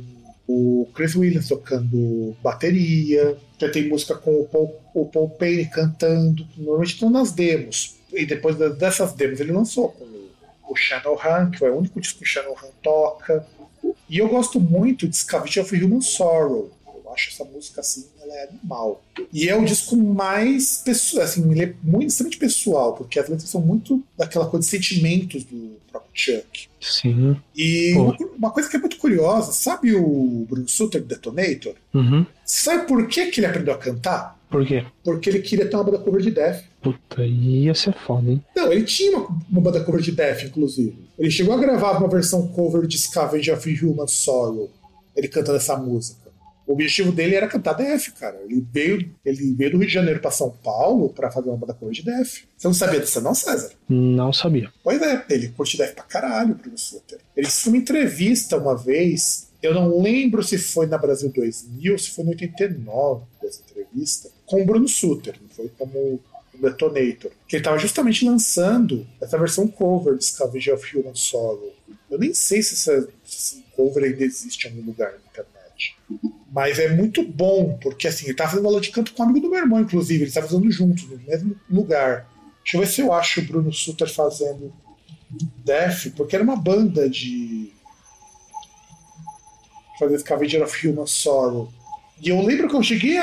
o Chris Williams tocando bateria, você tem música com o Paul Payne cantando, normalmente estão nas demos. E depois dessas demos ele lançou com o Shadowrun, que é o único disco que o Shadowrun toca. E eu gosto muito de Scavenge of Human Sorrow. Eu acho essa música assim, ela é animal. E é o disco mais pessoal, assim, ele é muito extremamente pessoal, porque as letras são muito daquela coisa de sentimentos do próprio Chuck. Sim. E uma coisa que é muito curiosa, sabe o Bruce Sutter Detonator? Uhum. Sabe por que ele aprendeu a cantar? Por quê? Porque ele queria ter uma banda cover de Death. Puta, ia ser foda, hein? Não, ele tinha uma banda cover de Death, inclusive. Ele chegou a gravar uma versão cover de Scavenge of Human Sorrow. Ele cantando essa música. O objetivo dele era cantar Death, cara. Ele veio do Rio de Janeiro pra São Paulo pra fazer uma banda cover de Death. Você não sabia disso não, César? Não sabia. Pois é, ele curte Death pra caralho, o Bruce Sutter. Ele disse numa entrevista uma vez, eu não lembro se foi na Brasil 2000 ou se foi no 89, entrevista, com o Bruno Sutter, não foi como o Detonator, que ele estava justamente lançando essa versão cover de Scavenge of Human Sorrow. Eu nem sei se esse cover ainda existe em algum lugar na internet. Mas é muito bom, porque assim, ele estava fazendo aula de canto com um amigo do meu irmão, inclusive, eles estavam fazendo juntos, no mesmo lugar. Deixa eu ver se eu acho o Bruno Sutter fazendo Death, porque era uma banda de fazer Scavenger of Human Sorrow. E eu lembro que eu cheguei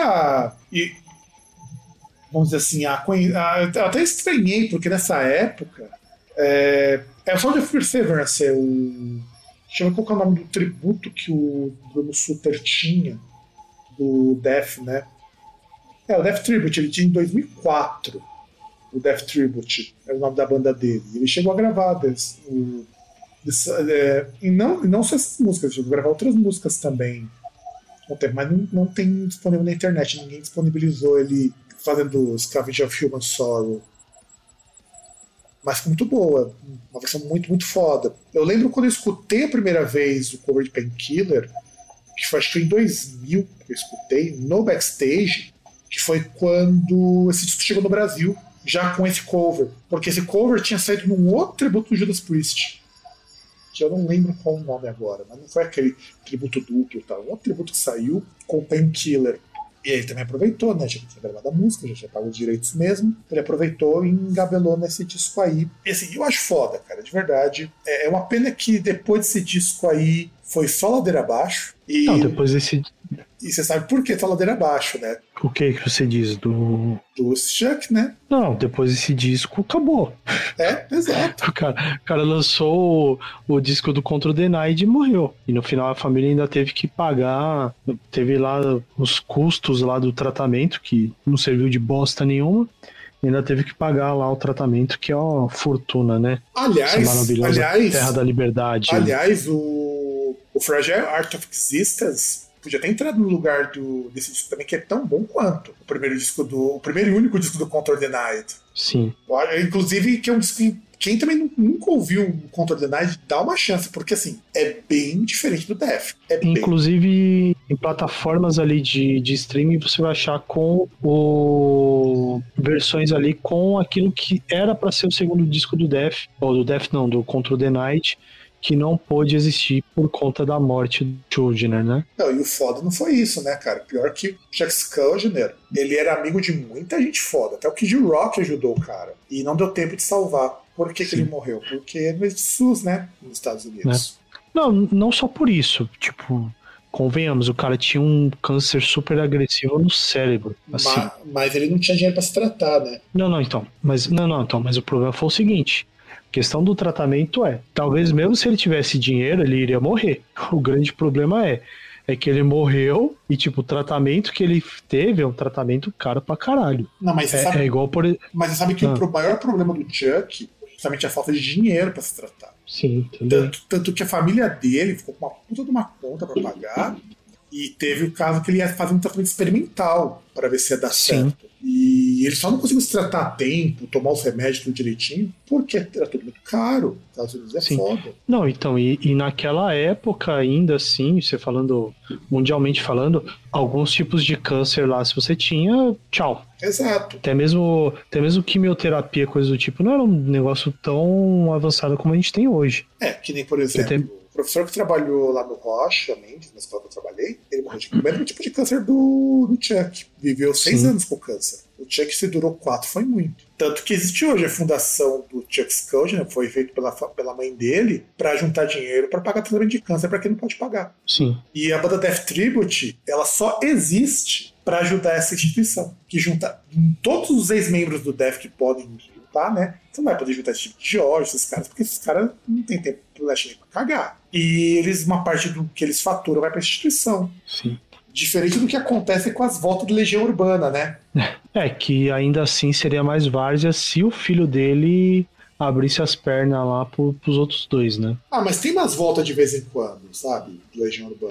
vamos dizer assim, eu até estranhei, porque nessa época é o Sound of Perseverance, deixa eu ver qual que é o nome do tributo que o Bruno Sutter tinha do Death, né? O Death Tribute, ele tinha em 2004 o Death Tribute, é o nome da banda dele. Ele chegou a gravar e não só essas músicas, ele chegou a gravar outras músicas também, mas não tem disponível na internet, ninguém disponibilizou ele fazendo Scavenger of Human Sorrow. Mas ficou muito boa, uma versão muito, muito foda. Eu lembro quando eu escutei a primeira vez o cover de Painkiller, que foi acho que em 2000 que eu escutei, no Backstage, que foi quando esse disco chegou no Brasil, já com esse cover. Porque esse cover tinha saído num outro tributo do Judas Priest, que eu não lembro qual o nome agora, mas não foi aquele tributo duplo, tá? Um outro tributo que saiu com Painkiller. E ele também aproveitou, né? Já tinha gravado a música, já tinha pago os direitos mesmo. Ele aproveitou e engabelou nesse disco aí. E assim, eu acho foda, cara, de verdade. É uma pena que depois desse disco aí foi só ladeira abaixo. Não, depois desse. E você sabe por que tá ladeira abaixo, né? O que você diz? Do Chuck, né? Não, depois desse disco acabou. Exato. O cara lançou o disco do Control the Night e morreu. E no final a família ainda teve que pagar. Teve lá os custos lá do tratamento, que não serviu de bosta nenhuma. E ainda teve que pagar lá o tratamento, que é uma fortuna, né? Aliás, essa maravilhosa Terra da Liberdade. Aliás, o Fragile Art of Existence podia ter entrado no lugar desse disco também, que é tão bom quanto o primeiro e único disco do Control the Night. Sim. Inclusive, que é um disco que quem também nunca ouviu o Control the Night, dá uma chance, porque assim, é bem diferente do Death. Inclusive, em plataformas ali de streaming, você vai achar versões ali com aquilo que era para ser o segundo disco do Death, ou do Death não, do Control the Night, que não pôde existir por conta da morte do Schuldiner, né? Não, e o foda não foi isso, né, cara? Pior que o Chuck Schuldiner, ele era amigo de muita gente foda. Até o Kid Rock ajudou o cara. E não deu tempo de salvar. Por que ele morreu? Porque no SUS, né? Nos Estados Unidos. Não só por isso. Tipo, convenhamos, o cara tinha um câncer super agressivo no cérebro. Assim. Mas ele não tinha dinheiro pra se tratar, né? Mas o problema foi o seguinte. A questão do tratamento talvez mesmo se ele tivesse dinheiro, ele iria morrer. O grande problema é que ele morreu e, tipo, o tratamento que ele teve é um tratamento caro pra caralho. Não, mas sabe, é igual por... Mas você sabe que o maior problema do Chuck é justamente a falta de dinheiro pra se tratar. Sim, tanto que a família dele ficou com uma puta de uma conta pra pagar e teve o caso que ele ia fazer um tratamento experimental pra ver se ia dar certo. E ele só não conseguiu se tratar a tempo, tomar os remédios tudo direitinho, porque era tudo muito caro. Estados Unidos é foda. Não, então, e naquela época ainda assim, você falando, mundialmente falando, alguns tipos de câncer lá, se você tinha, tchau. Exato. Até mesmo quimioterapia, coisa do tipo, não era um negócio tão avançado como a gente tem hoje. Que nem, por exemplo, o professor que trabalhou lá no Rocha Mendes, na escola que eu trabalhei, ele morreu de mesmo tipo de câncer do Chuck. Viveu 6 anos com câncer. O Chuck, se durou 4, foi muito. Tanto que existe hoje a fundação do Chuck Schuldiner, foi feito pela mãe dele, para juntar dinheiro para pagar tratamento de câncer para quem não pode pagar. Sim. E a banda Death Tribute, ela só existe para ajudar essa instituição, que junta todos os ex-membros do Death que podem juntar, né? Você não vai poder juntar esse tipo de ódio, esses caras, porque esses caras não tem tempo pra cagar. E uma parte do que eles faturam vai pra instituição. Sim. Diferente do que acontece com as voltas de Legião Urbana, né? Que ainda assim seria mais várzea se o filho dele abrisse as pernas lá pros outros dois, né? Mas tem umas voltas de vez em quando, sabe? De Legião Urbana.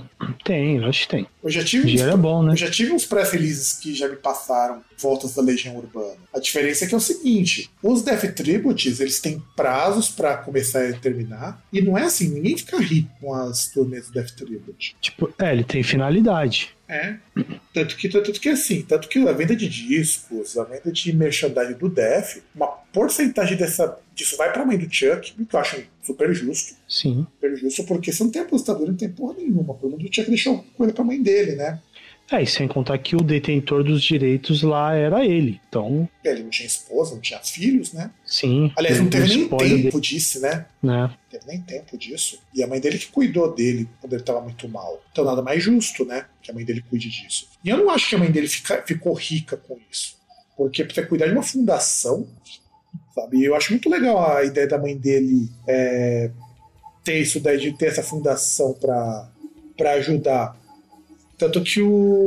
Tem, eu acho que tem. Eu já tive dinheiro é bom, né? Eu já tive uns pré-releases que já me passaram voltas da Legião Urbana. A diferença é que é o seguinte, os Death Tributes, eles têm prazos pra começar e terminar, e não é assim, ninguém fica rico com as turnês do Death Tribute. Tipo, ele tem finalidade. É. Tanto que assim, tanto que a venda de discos, a venda de merchandising do Def, uma porcentagem disso vai pra mãe do Chuck, o que eu acho super justo. Sim. Super justo, porque você não tem aposentador, não tem porra nenhuma. Pelo menos o Chuck deixou coisa pra mãe dele, né? E sem contar que o detentor dos direitos lá era ele. Então. Ele não tinha esposa, não tinha filhos, né? Sim. Aliás, não teve nem tempo disso, né? Não teve nem tempo disso. E a mãe dele que cuidou dele quando ele tava muito mal. Então nada mais justo, né? Que a mãe dele cuide disso. E eu não acho que a mãe dele ficou rica com isso. Porque pra você cuidar de uma fundação, sabe? Eu acho muito legal a ideia da mãe dele ter isso daí, de ter essa fundação pra ajudar. Tanto que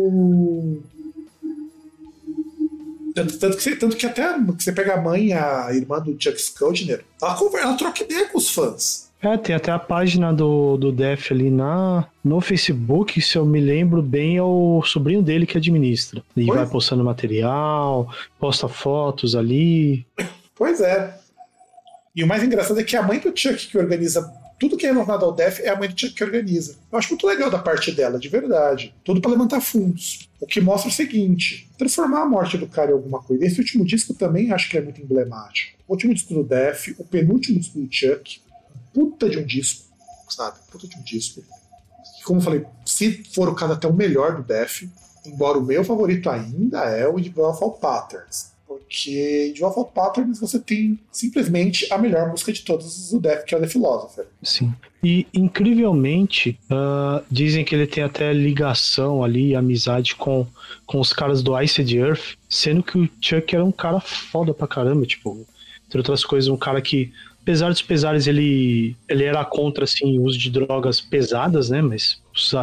Tanto que até que você pega a mãe, a irmã do Chuck Schuldiner, ela troca ideia com os fãs. Tem até a página do Def ali no Facebook, se eu me lembro bem, é o sobrinho dele que administra. E vai postando material, posta fotos ali. Pois é. E o mais engraçado é que a mãe do Chuck que organiza tudo que é relacionado ao Def é a mãe do Chuck que organiza. Eu acho muito legal da parte dela, de verdade. Tudo pra levantar fundos. O que mostra o seguinte: transformar a morte do cara em alguma coisa. Esse último disco também acho que é muito emblemático. O último disco do Def, o penúltimo disco do Chuck, puta de um disco, sabe? Puta de um disco. E como eu falei, se for o caso até o melhor do Def, embora o meu favorito ainda é o de All Patterns. Porque de Awful Patterns você tem simplesmente a melhor música de todos do Def, que é o The Philosopher. Sim. E, incrivelmente, dizem que ele tem até ligação ali, amizade com os caras do Iced Earth, sendo que o Chuck era um cara foda pra caramba, tipo, entre outras coisas, um cara que, apesar dos pesares, ele era contra, assim, o uso de drogas pesadas, né, mas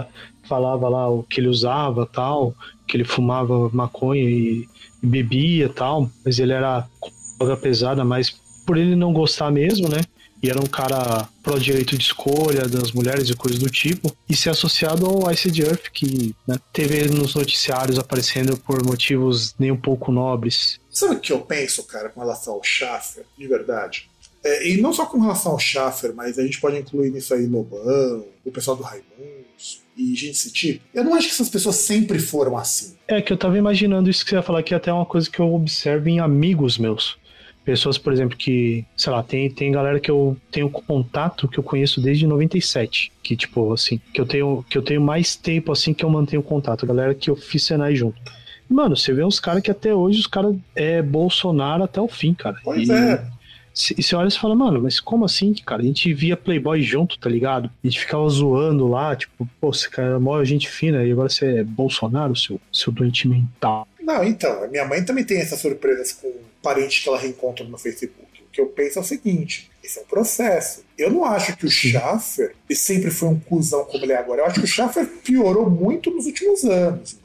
falava lá o que ele usava, tal, que ele fumava maconha e bebia e tal, mas ele era droga pesada, mas por ele não gostar mesmo, né? E era um cara pró direito de escolha das mulheres e coisas do tipo, e ser associado ao Iced Earth, que, né, teve nos noticiários aparecendo por motivos nem um pouco nobres. Sabe o que eu penso, cara, com relação ao Schaffer, de verdade? E não só com relação ao Schaffer, mas a gente pode incluir nisso aí Lobão, o pessoal do Raimundos e gente desse tipo. Eu não acho que essas pessoas sempre foram assim. Que eu tava imaginando isso que você ia falar, que é até uma coisa que eu observo em amigos meus. Pessoas, por exemplo, que, sei lá, tem galera que eu tenho contato, que eu conheço desde 97. Que, tipo, assim, que eu tenho mais tempo, assim, que eu mantenho contato. Galera que eu fiz Senai junto. Mano, você vê uns caras que até hoje os caras é Bolsonaro até o fim, cara. Pois é. E você olha e fala, mano, mas como assim, cara? A gente via Playboy junto, tá ligado? A gente ficava zoando lá, tipo, pô, você cara é mó gente fina e agora você é Bolsonaro, seu doente mental. Não, então, a minha mãe também tem essas surpresas com parentes que ela reencontra no Facebook. O que eu penso é o seguinte: esse é um processo. Eu não acho que o Schaffer sempre foi um cuzão como ele é agora. Eu acho que o Schaffer piorou muito nos últimos anos.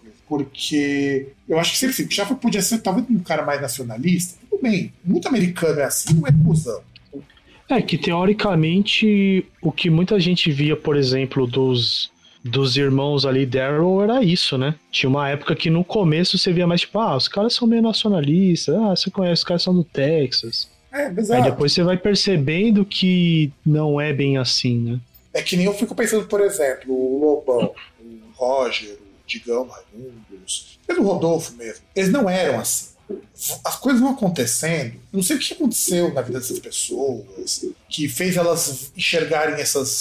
Porque eu acho que sempre assim, o Schaffer podia ser talvez um cara mais nacionalista. Tudo bem, muito americano é assim, não é cuzão. Que teoricamente o que muita gente via, por exemplo, dos irmãos ali, Daryl, era isso, né? Tinha uma época que no começo você via mais tipo, os caras são meio nacionalistas, você conhece, os caras são do Texas. Exato. Aí depois você vai percebendo que não é bem assim, né? É que nem eu fico pensando, por exemplo, o Lobão, o Roger, o Digão, o Raimundos, mesmo o Rodolfo mesmo, eles não eram assim. As coisas vão acontecendo, não sei o que aconteceu na vida dessas pessoas que fez elas enxergarem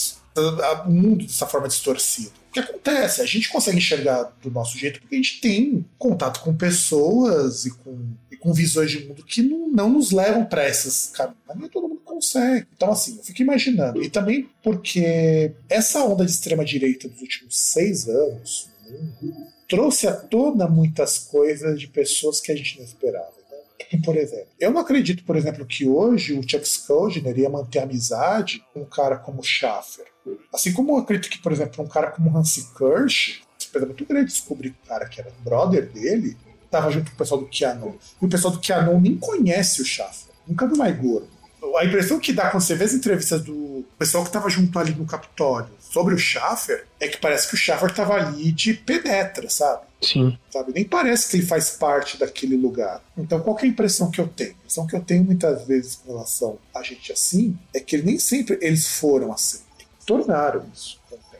o mundo dessa forma distorcida. O que acontece? A gente consegue enxergar do nosso jeito porque a gente tem contato com pessoas e com visões de mundo que não nos levam para esses caminhos. Mas nem todo mundo consegue. Então, assim, eu fico imaginando. E também porque essa onda de extrema-direita dos últimos 6 anos trouxe à tona muitas coisas de pessoas que a gente não esperava. Por exemplo, eu não acredito, por exemplo, que hoje o Chuck Schuldiner ia manter amizade com um cara como o Schaffer. Assim como eu acredito que, por exemplo, um cara como Hansi Kirsch, é muito grande descobrir que o cara que era brother dele estava junto com o pessoal do QAnon. E o pessoal do QAnon nem conhece o Schaffer, nunca viu mais gordo. A impressão que dá quando você vê as entrevistas do pessoal que estava junto ali no Capitólio sobre o Schaffer é que parece que o Schaffer estava ali de penetra, sabe? Sim. Sabe? Nem parece que ele faz parte daquele lugar. Então, qual que é a impressão que eu tenho? A impressão que eu tenho muitas vezes com relação a gente assim é que nem sempre eles foram assim. Tornaram isso com o tempo.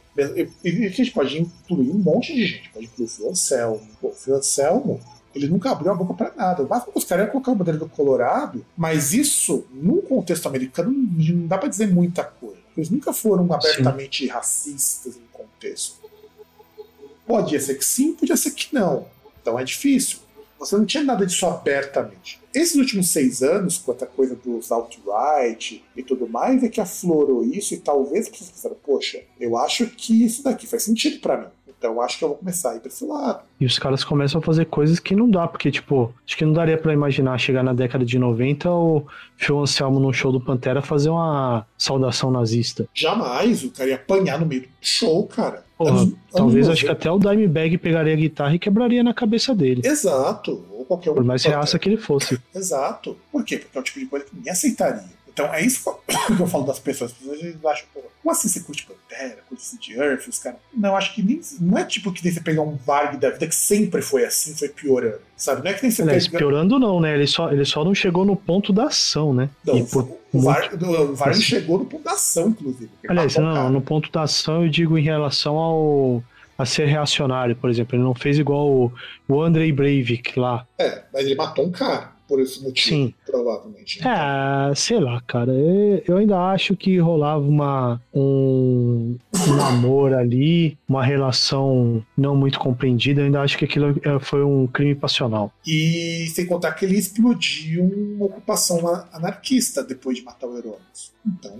E a gente pode incluir um monte de gente. Pode incluir o Phil Anselmo. O Phil Anselmo, ele nunca abriu a boca pra nada. O máximo que os caras iam colocar a bandeira do Colorado, mas isso, num contexto americano, não dá pra dizer muita coisa. Eles nunca foram abertamente racistas em contexto. Podia ser que sim, podia ser que não. Então é difícil. Você não tinha nada disso abertamente. Esses últimos 6 anos, com a coisa dos alt-right e tudo mais, é que aflorou isso e talvez as pessoas pensaram, poxa, eu acho que isso daqui faz sentido pra mim. Então eu acho que eu vou começar a ir pra esse lado. E os caras começam a fazer coisas que não dá, porque, tipo, acho que não daria pra imaginar chegar na década de 90 o Phil Anselmo num show do Pantera fazer uma saudação nazista. Jamais, o cara ia apanhar no meio do show, cara. Porra, talvez acho que até o Dimebag pegaria a guitarra e quebraria na cabeça dele. Exato. Ou qualquer um. Por mais reaça que ele fosse. Exato. Por quê? Porque é o tipo de coisa que ninguém aceitaria. Então é isso que eu falo das pessoas. As pessoas acham, pô, como assim você curte Pantera, curte Sid Earth, os caras. Não, acho que nem. Não é tipo que nem você pegar um Varg da vida que sempre foi assim, foi piorando. Sabe? Não é que nem você pega. Piorando não, né? Ele só não chegou no ponto da ação, né? Não, o Varg chegou no ponto da ação, inclusive. Aliás, não, no ponto da ação eu digo em relação a ser reacionário, por exemplo. Ele não fez igual o Andrei Breivik lá. Mas ele matou um cara. Por esse motivo, sim, provavelmente. Então. Sei lá, cara. Eu ainda acho que rolava um amor ali, uma relação não muito compreendida. Eu ainda acho que aquilo foi um crime passional. E sem contar que ele explodiu uma ocupação anarquista depois de matar o Herodes.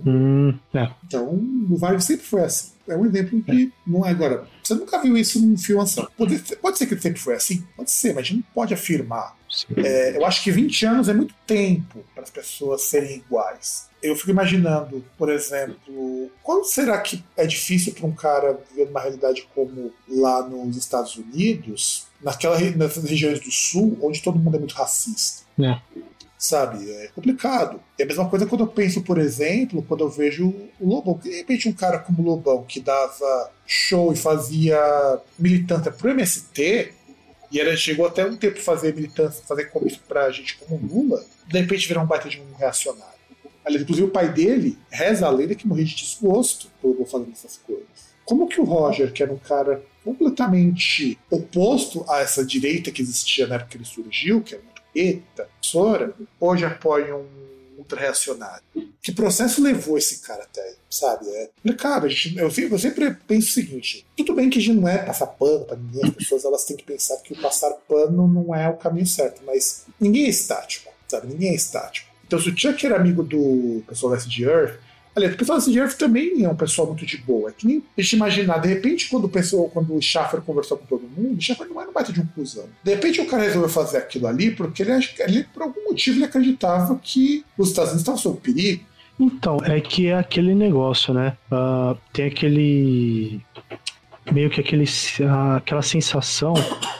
Então, o Varg sempre foi assim. É um exemplo que não é agora. Você nunca viu isso num filme assim. Pode ser que ele sempre foi assim? Pode ser, mas a gente não pode afirmar. Eu acho que 20 anos é muito tempo para as pessoas serem iguais. Eu fico imaginando, por exemplo, quando será que é difícil para um cara viver numa realidade como lá nos Estados Unidos, nessas regiões do Sul, onde todo mundo é muito racista? Sabe? É complicado. É a mesma coisa quando eu penso, por exemplo, quando eu vejo o Lobão. De repente um cara como o Lobão, que dava show e fazia militância pro MST, e chegou até um tempo fazer militância, fazer comício pra gente como Lula, de repente virar um baita de um reacionário. Aliás, inclusive o pai dele reza a lenda que morria de desgosto por eu fazendo essas coisas. Como que o Roger, que era um cara completamente oposto a essa direita que existia na época que ele surgiu, que era muito Sora, hoje apoia um ultra-reacionário? Que processo levou esse cara até aí, sabe? Cara, eu sempre penso o seguinte: tudo bem que a gente não é passar pano pra ninguém, as pessoas elas têm que pensar que o passar pano não é o caminho certo, mas ninguém é estático, sabe? Ninguém é estático. Então, se o Chuck era amigo do pessoal da Sid Earth, aliás, o pessoal da Sid Earth também é um pessoal muito de boa. É que nem a gente imaginar, de repente, quando o Schaffer conversou com todo mundo, o Schaffer não era um baita de um cuzão. De repente, o cara resolveu fazer aquilo ali porque ele por algum motivo, ele acreditava que os Estados Unidos estavam sob perigo. Então, é que é aquele negócio, né? Tem aquele... meio que aquela sensação...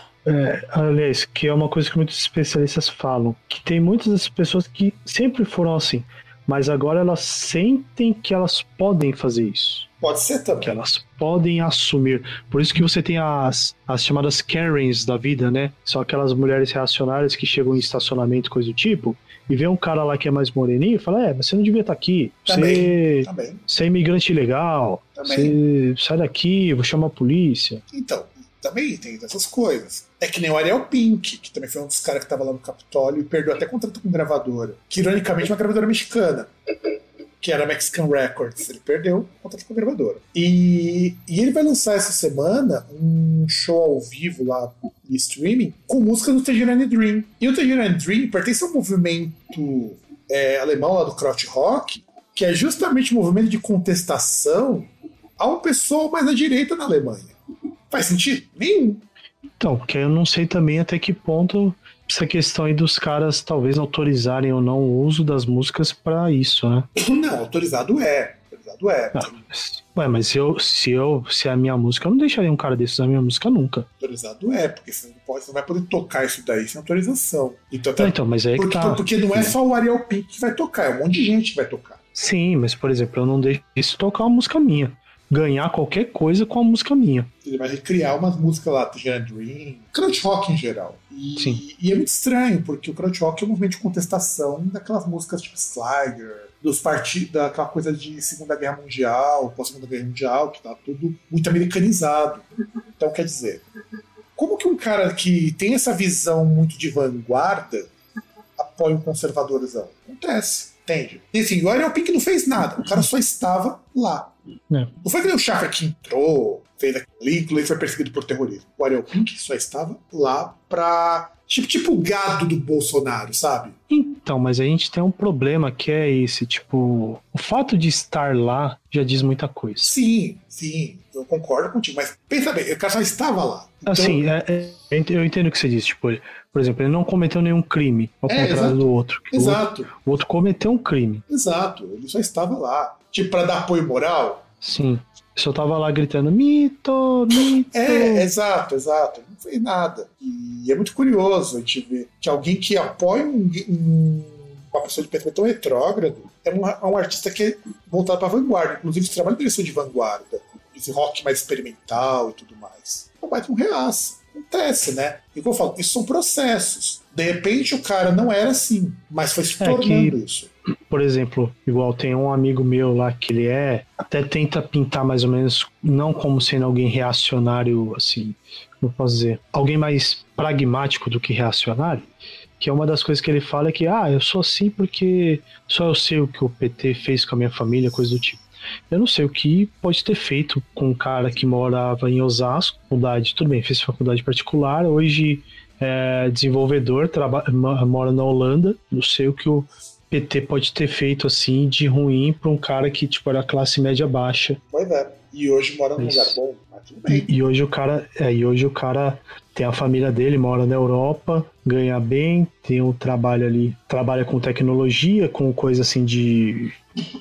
aliás, que é uma coisa que muitos especialistas falam, que tem muitas pessoas que sempre foram assim, mas agora elas sentem que elas podem fazer isso. Pode ser também. Que elas podem assumir. Por isso que você tem as chamadas Karens da vida, né? São aquelas mulheres reacionárias que chegam em estacionamento, coisa do tipo, e vê um cara lá que é mais moreninho e fala, mas você não devia estar aqui. Você é imigrante ilegal. Você sai daqui, vou chamar a polícia. Então, também tem essas coisas. É que nem o Ariel Pink, que também foi um dos caras que estava lá no Capitólio e perdeu até contrato com gravadora. Que, ironicamente, é uma gravadora mexicana, que era a Mexican Records. Ele perdeu o contrato com a gravadora. E ele vai lançar essa semana um show ao vivo lá em streaming com música do Tangerine Dream. E o Tangerine Dream pertence a um movimento alemão lá do Krautrock, que é justamente um movimento de contestação a um pessoal mais à direita na Alemanha. Faz sentido? Nenhum. Então, porque eu não sei também até que ponto essa questão aí dos caras talvez autorizarem ou não o uso das músicas pra isso, né? Não, autorizado é. Mas se é a minha música, eu não deixaria um cara desses na minha música nunca. Autorizado é, porque você não vai poder tocar isso daí sem autorização. Então, mas aí porque não é só o Ariel Pink que vai tocar, é um monte de gente que vai tocar. Sim, mas por exemplo, eu não deixo isso tocar uma música minha. ganhar qualquer coisa com a música minha. Ele vai recriar umas músicas lá, Tangerine Dream, crunch rock em geral. Sim. E é muito estranho, porque o crunch rock é um movimento de contestação daquelas músicas tipo Sliger, daquela coisa de Segunda Guerra Mundial, pós-Segunda Guerra Mundial, que tá tudo muito americanizado. Então, quer dizer, como que um cara que tem essa visão muito de vanguarda apoia um conservadorzão? Acontece, entende? E assim, o Ariel Pink não fez nada, o cara só estava lá. Não foi que nem o Schaffer que entrou, fez aquilo e foi perseguido por terrorismo. O Ariel Pink só estava lá pra... Tipo o gado do Bolsonaro, sabe? Então, mas a gente tem um problema que é esse, tipo... O fato de estar lá já diz muita coisa. Sim, eu concordo contigo, mas pensa bem, o cara só estava lá. Então... Assim, eu entendo o que você disse, tipo, por exemplo, ele não cometeu nenhum crime, ao contrário exato, do outro. Exato. O outro cometeu um crime. Exato, ele só estava lá. Tipo, pra dar apoio moral? Sim. Só tava lá gritando, mito, mito. Exato. Não fez nada. E é muito curioso a gente ver que alguém que apoia uma pessoa de pensamento tão retrógrado é um artista que é voltado pra vanguarda. Inclusive, os trabalhos dele são de vanguarda. Esse rock mais experimental e tudo mais. É mais um reaça. Acontece, né? E como eu falo, isso são processos. De repente o cara não era assim, mas foi se tornando isso. Por exemplo, igual tem um amigo meu lá que ele até tenta pintar mais ou menos, não como sendo alguém reacionário, assim, como eu posso dizer, alguém mais pragmático do que reacionário, que é uma das coisas que ele fala é que, eu sou assim porque só eu sei o que o PT fez com a minha família, coisa do tipo. Eu não sei o que pode ter feito com um cara que morava em Osasco, faculdade, tudo bem, fez faculdade particular, hoje é desenvolvedor, mora na Holanda, não sei o que o PT pode ter feito assim de ruim para um cara que tipo era classe média baixa. Pois é. E hoje mora num lugar bom, mas tudo bem. E hoje o cara tem a família dele, mora na Europa, ganha bem, tem um trabalho ali, trabalha com tecnologia, com coisa assim de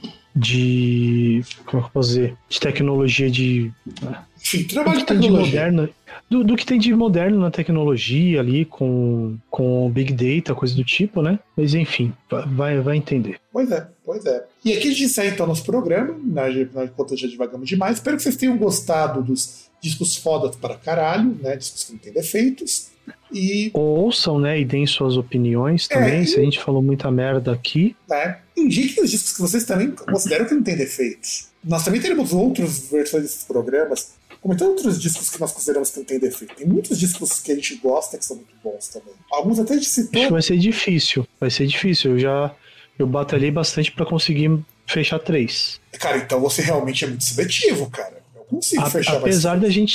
como é que eu posso dizer? De tecnologia de... Enfim, trabalho de tecnologia. Do que tem de moderno na tecnologia ali, com Big Data, coisa do tipo, né? Mas enfim, vai entender. Pois é. E aqui a gente encerra então nosso programa, enquanto já divagamos demais. Espero que vocês tenham gostado dos discos fodas para caralho, né? Discos que não tem defeitos. E ouçam, né? E deem suas opiniões também. Se a gente falou muita merda aqui. Indiquem os discos que vocês também consideram que não tem defeitos. Nós também teremos outras versões desses programas, comentando outros discos que nós consideramos que não tem defeito. Tem muitos discos que a gente gosta que são muito bons também. Alguns até a gente citou. Acho que vai ser difícil. Eu batalhei bastante pra conseguir fechar 3. Cara, então você realmente é muito seletivo, cara. Eu consigo fechar apesar da gente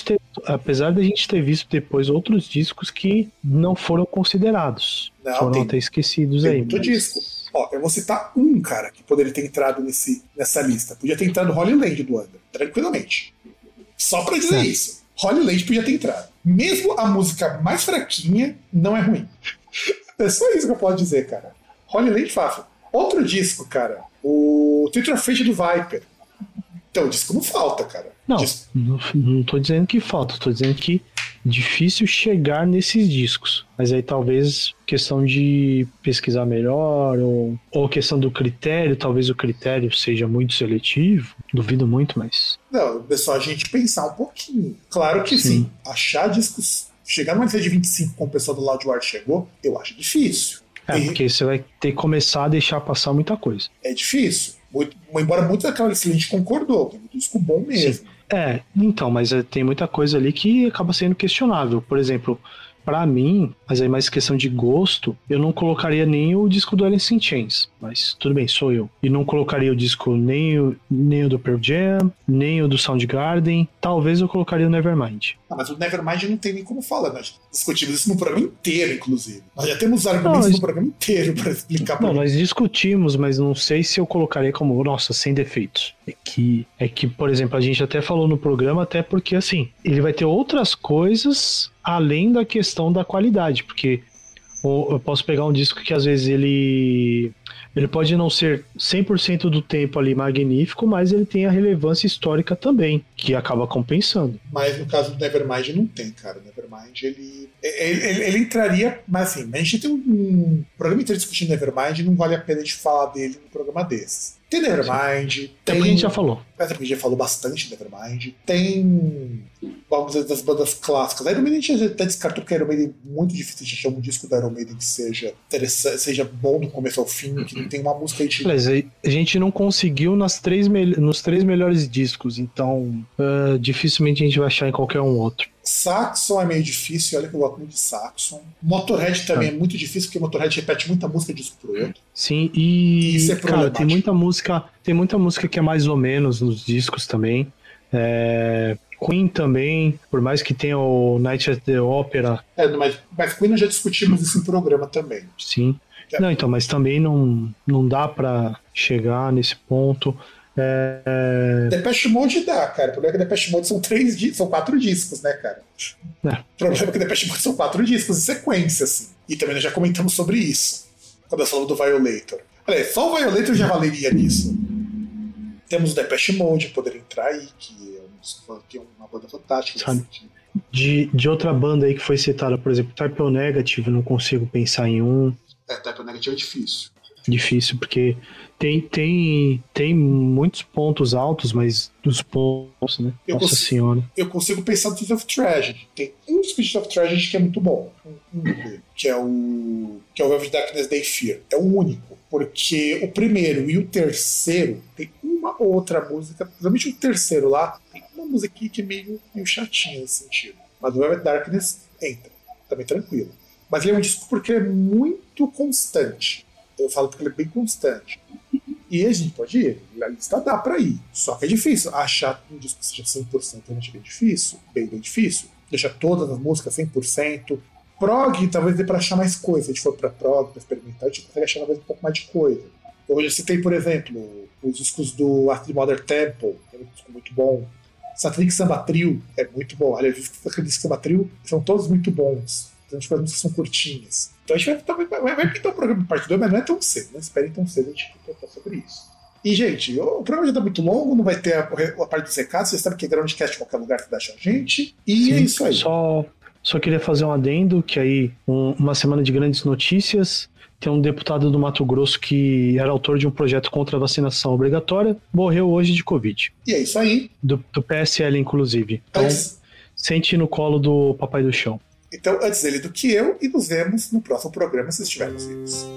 ter visto depois outros discos que não foram considerados. Foram até esquecidos tem aí. Muito disco. Ó, eu vou citar um, cara, que poderia ter entrado nessa lista. Podia ter entrado Holy Land do Under, tranquilamente. Só pra dizer isso. Holy Land podia ter entrado. Mesmo a música mais fraquinha, não é ruim. É só isso que eu posso dizer, cara. Holy Land fácil. Outro disco, cara. O Twitter Fate do Viper. Então, o disco não falta, cara. Não tô dizendo que falta. Tô dizendo que é difícil chegar nesses discos. Mas aí talvez questão de pesquisar melhor ou questão do critério. Talvez o critério seja muito seletivo. Duvido muito, mas... Não, é só a gente pensar um pouquinho. Claro que sim. Achar discos... Chegar numa lista de 25 como o pessoal do Loudwire chegou, eu acho difícil. Porque você vai ter que começar a deixar passar muita coisa. É difícil. Embora muito daquela lista a gente concordou. Tem muito disco bom mesmo. Sim. Então, mas tem muita coisa ali que acaba sendo questionável. Por exemplo, pra mim, mas é mais questão de gosto, eu não colocaria nem o disco do Alice in Chains, mas tudo bem, sou eu. E não colocaria o disco nem o do Pearl Jam, nem o do Soundgarden, talvez eu colocaria o Nevermind. Mas o Nevermind não tem nem como falar, nós discutimos isso no programa inteiro, inclusive. Nós já temos argumentos no programa inteiro para explicar pra nós discutimos, mas não sei se eu colocaria como, nossa, sem defeitos. É que, por exemplo, a gente até falou no programa, até porque, assim, ele vai ter outras coisas além da questão da qualidade, porque Ou eu posso pegar um disco que às vezes ele pode não ser 100% do tempo ali magnífico, mas ele tem a relevância histórica também, que acaba compensando. Mas no caso do Nevermind não tem, cara. O Nevermind, ele entraria, mas assim, a gente tem um programa inteiro discutindo Nevermind, não vale a pena a gente falar dele num programa desses. Tem Nevermind, Até porque a gente já falou. Até porque a gente já falou bastante de Nevermind. Tem, vamos dizer, das bandas clássicas. A Iron Maiden a gente até descartou, porque a Iron Maiden é muito difícil de achar um disco da Iron Maiden que seja interessante, seja bom do começo ao fim, que não tem uma música aí de... Mas a gente não conseguiu nos três melhores discos, então dificilmente a gente vai achar em qualquer um outro. Saxon é meio difícil, olha que eu gosto muito de Saxon. Motorhead também é muito difícil, porque Motorhead repete muita música de disco pro outro. Sim, e isso é cara, tem muita música que é mais ou menos nos discos também. Queen também, por mais que tenha o Night at the Opera. Mas Queen nós já discutimos isso em programa também. Sim. Não, então, mas também não dá pra chegar nesse ponto. Depeche Mode dá, cara. O problema é que Depeche Mode são 4 discos, né, cara? O problema é que Depeche Mode são 4 discos em sequência, assim. E também nós já comentamos sobre isso, quando nós falamos do Violator. Olha, só o Violator já valeria nisso. Temos o Depeche Mode, poderia entrar aí, que é uma banda fantástica. Sabe, de outra banda aí que foi citada, por exemplo, Type O Negative, eu não consigo pensar em um. Type O Negative é difícil. Difícil, porque tem muitos pontos altos, mas dos pontos, né? Nossa Senhora. Eu consigo pensar no Streets of Tragedy. Tem um Streets of Tragedy que é muito bom. Que é o Velvet Darkness Day Fear. É o único. Porque o primeiro e o terceiro tem uma ou outra música, principalmente o terceiro lá, tem uma musiquinha que é meio chatinha nesse sentido. Mas o Velvet Darkness entra. Também tranquilo. Mas ele é um disco porque é muito constante. Eu falo porque ele é bem constante. E a gente pode ir, a lista dá pra ir. Só que é difícil. Achar um disco que seja 100% realmente bem difícil. Bem difícil. Deixar todas as músicas 100%. Prog, talvez dê pra achar mais coisa. Se a gente for pra prog, pra experimentar, a gente consegue achar talvez um pouco mais de coisa. Hoje eu citei, por exemplo, os discos do Art Mother Temple, que é um disco muito bom. Satanic Samba Trio é muito bom. Aliás, aquele disco Samba Trio são todos muito bons. Então, as músicas são curtinhas. Então a gente vai pintar o programa de parte 2, mas não é tão cedo. Não esperem tão cedo a gente tratar sobre isso. E, gente, o programa já tá muito longo, não vai ter a parte dos recados. Vocês sabem que é Groundcast em qualquer lugar que dá a gente. E sim, é isso aí. Só queria fazer um adendo, que aí, uma semana de grandes notícias. Tem um deputado do Mato Grosso que era autor de um projeto contra a vacinação obrigatória, morreu hoje de Covid. E é isso aí. Do PSL, inclusive. Então, sente no colo do Papai do Chão. Então, antes ele do que eu, e nos vemos no próximo programa, se estivermos vivos.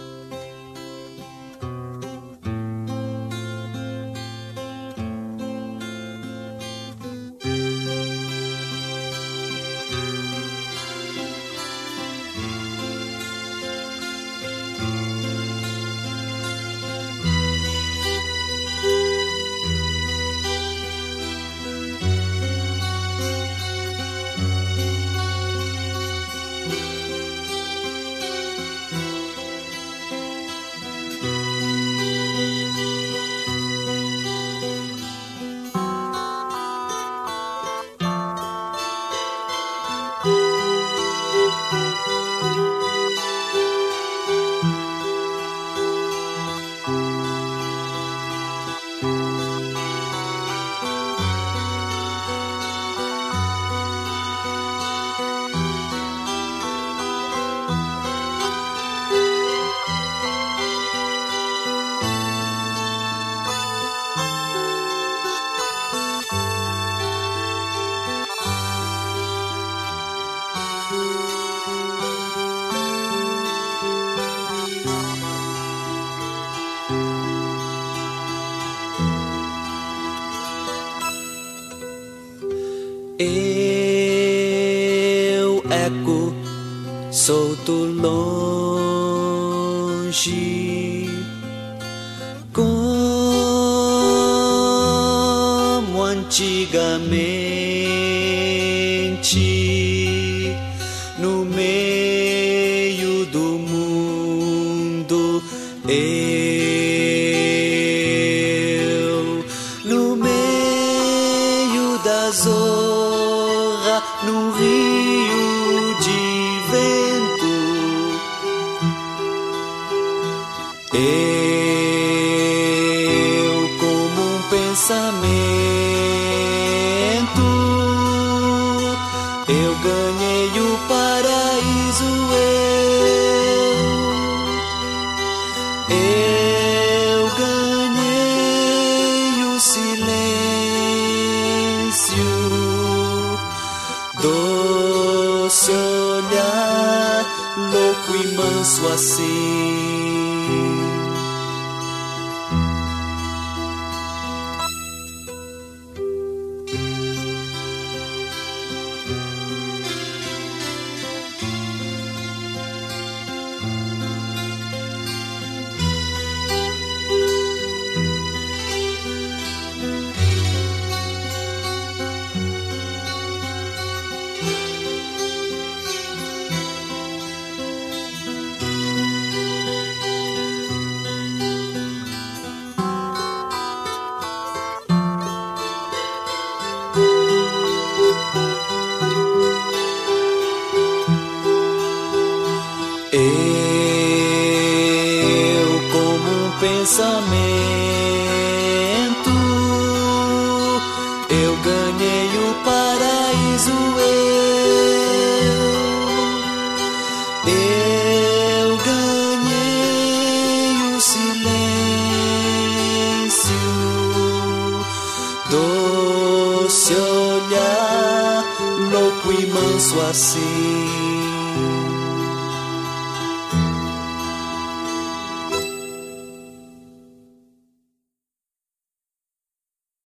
Eu eco solto longe, como antigamente, no meio do mundo. Eu, no meio da zorra, num rio de vento, Eu ganhei o paraíso, eu ganhei o silêncio, doce olhar, louco e manso assim. Eu, como um pensamento, eu ganhei o paraíso, eu ganhei o silêncio, doce olhar, louco e manso assim.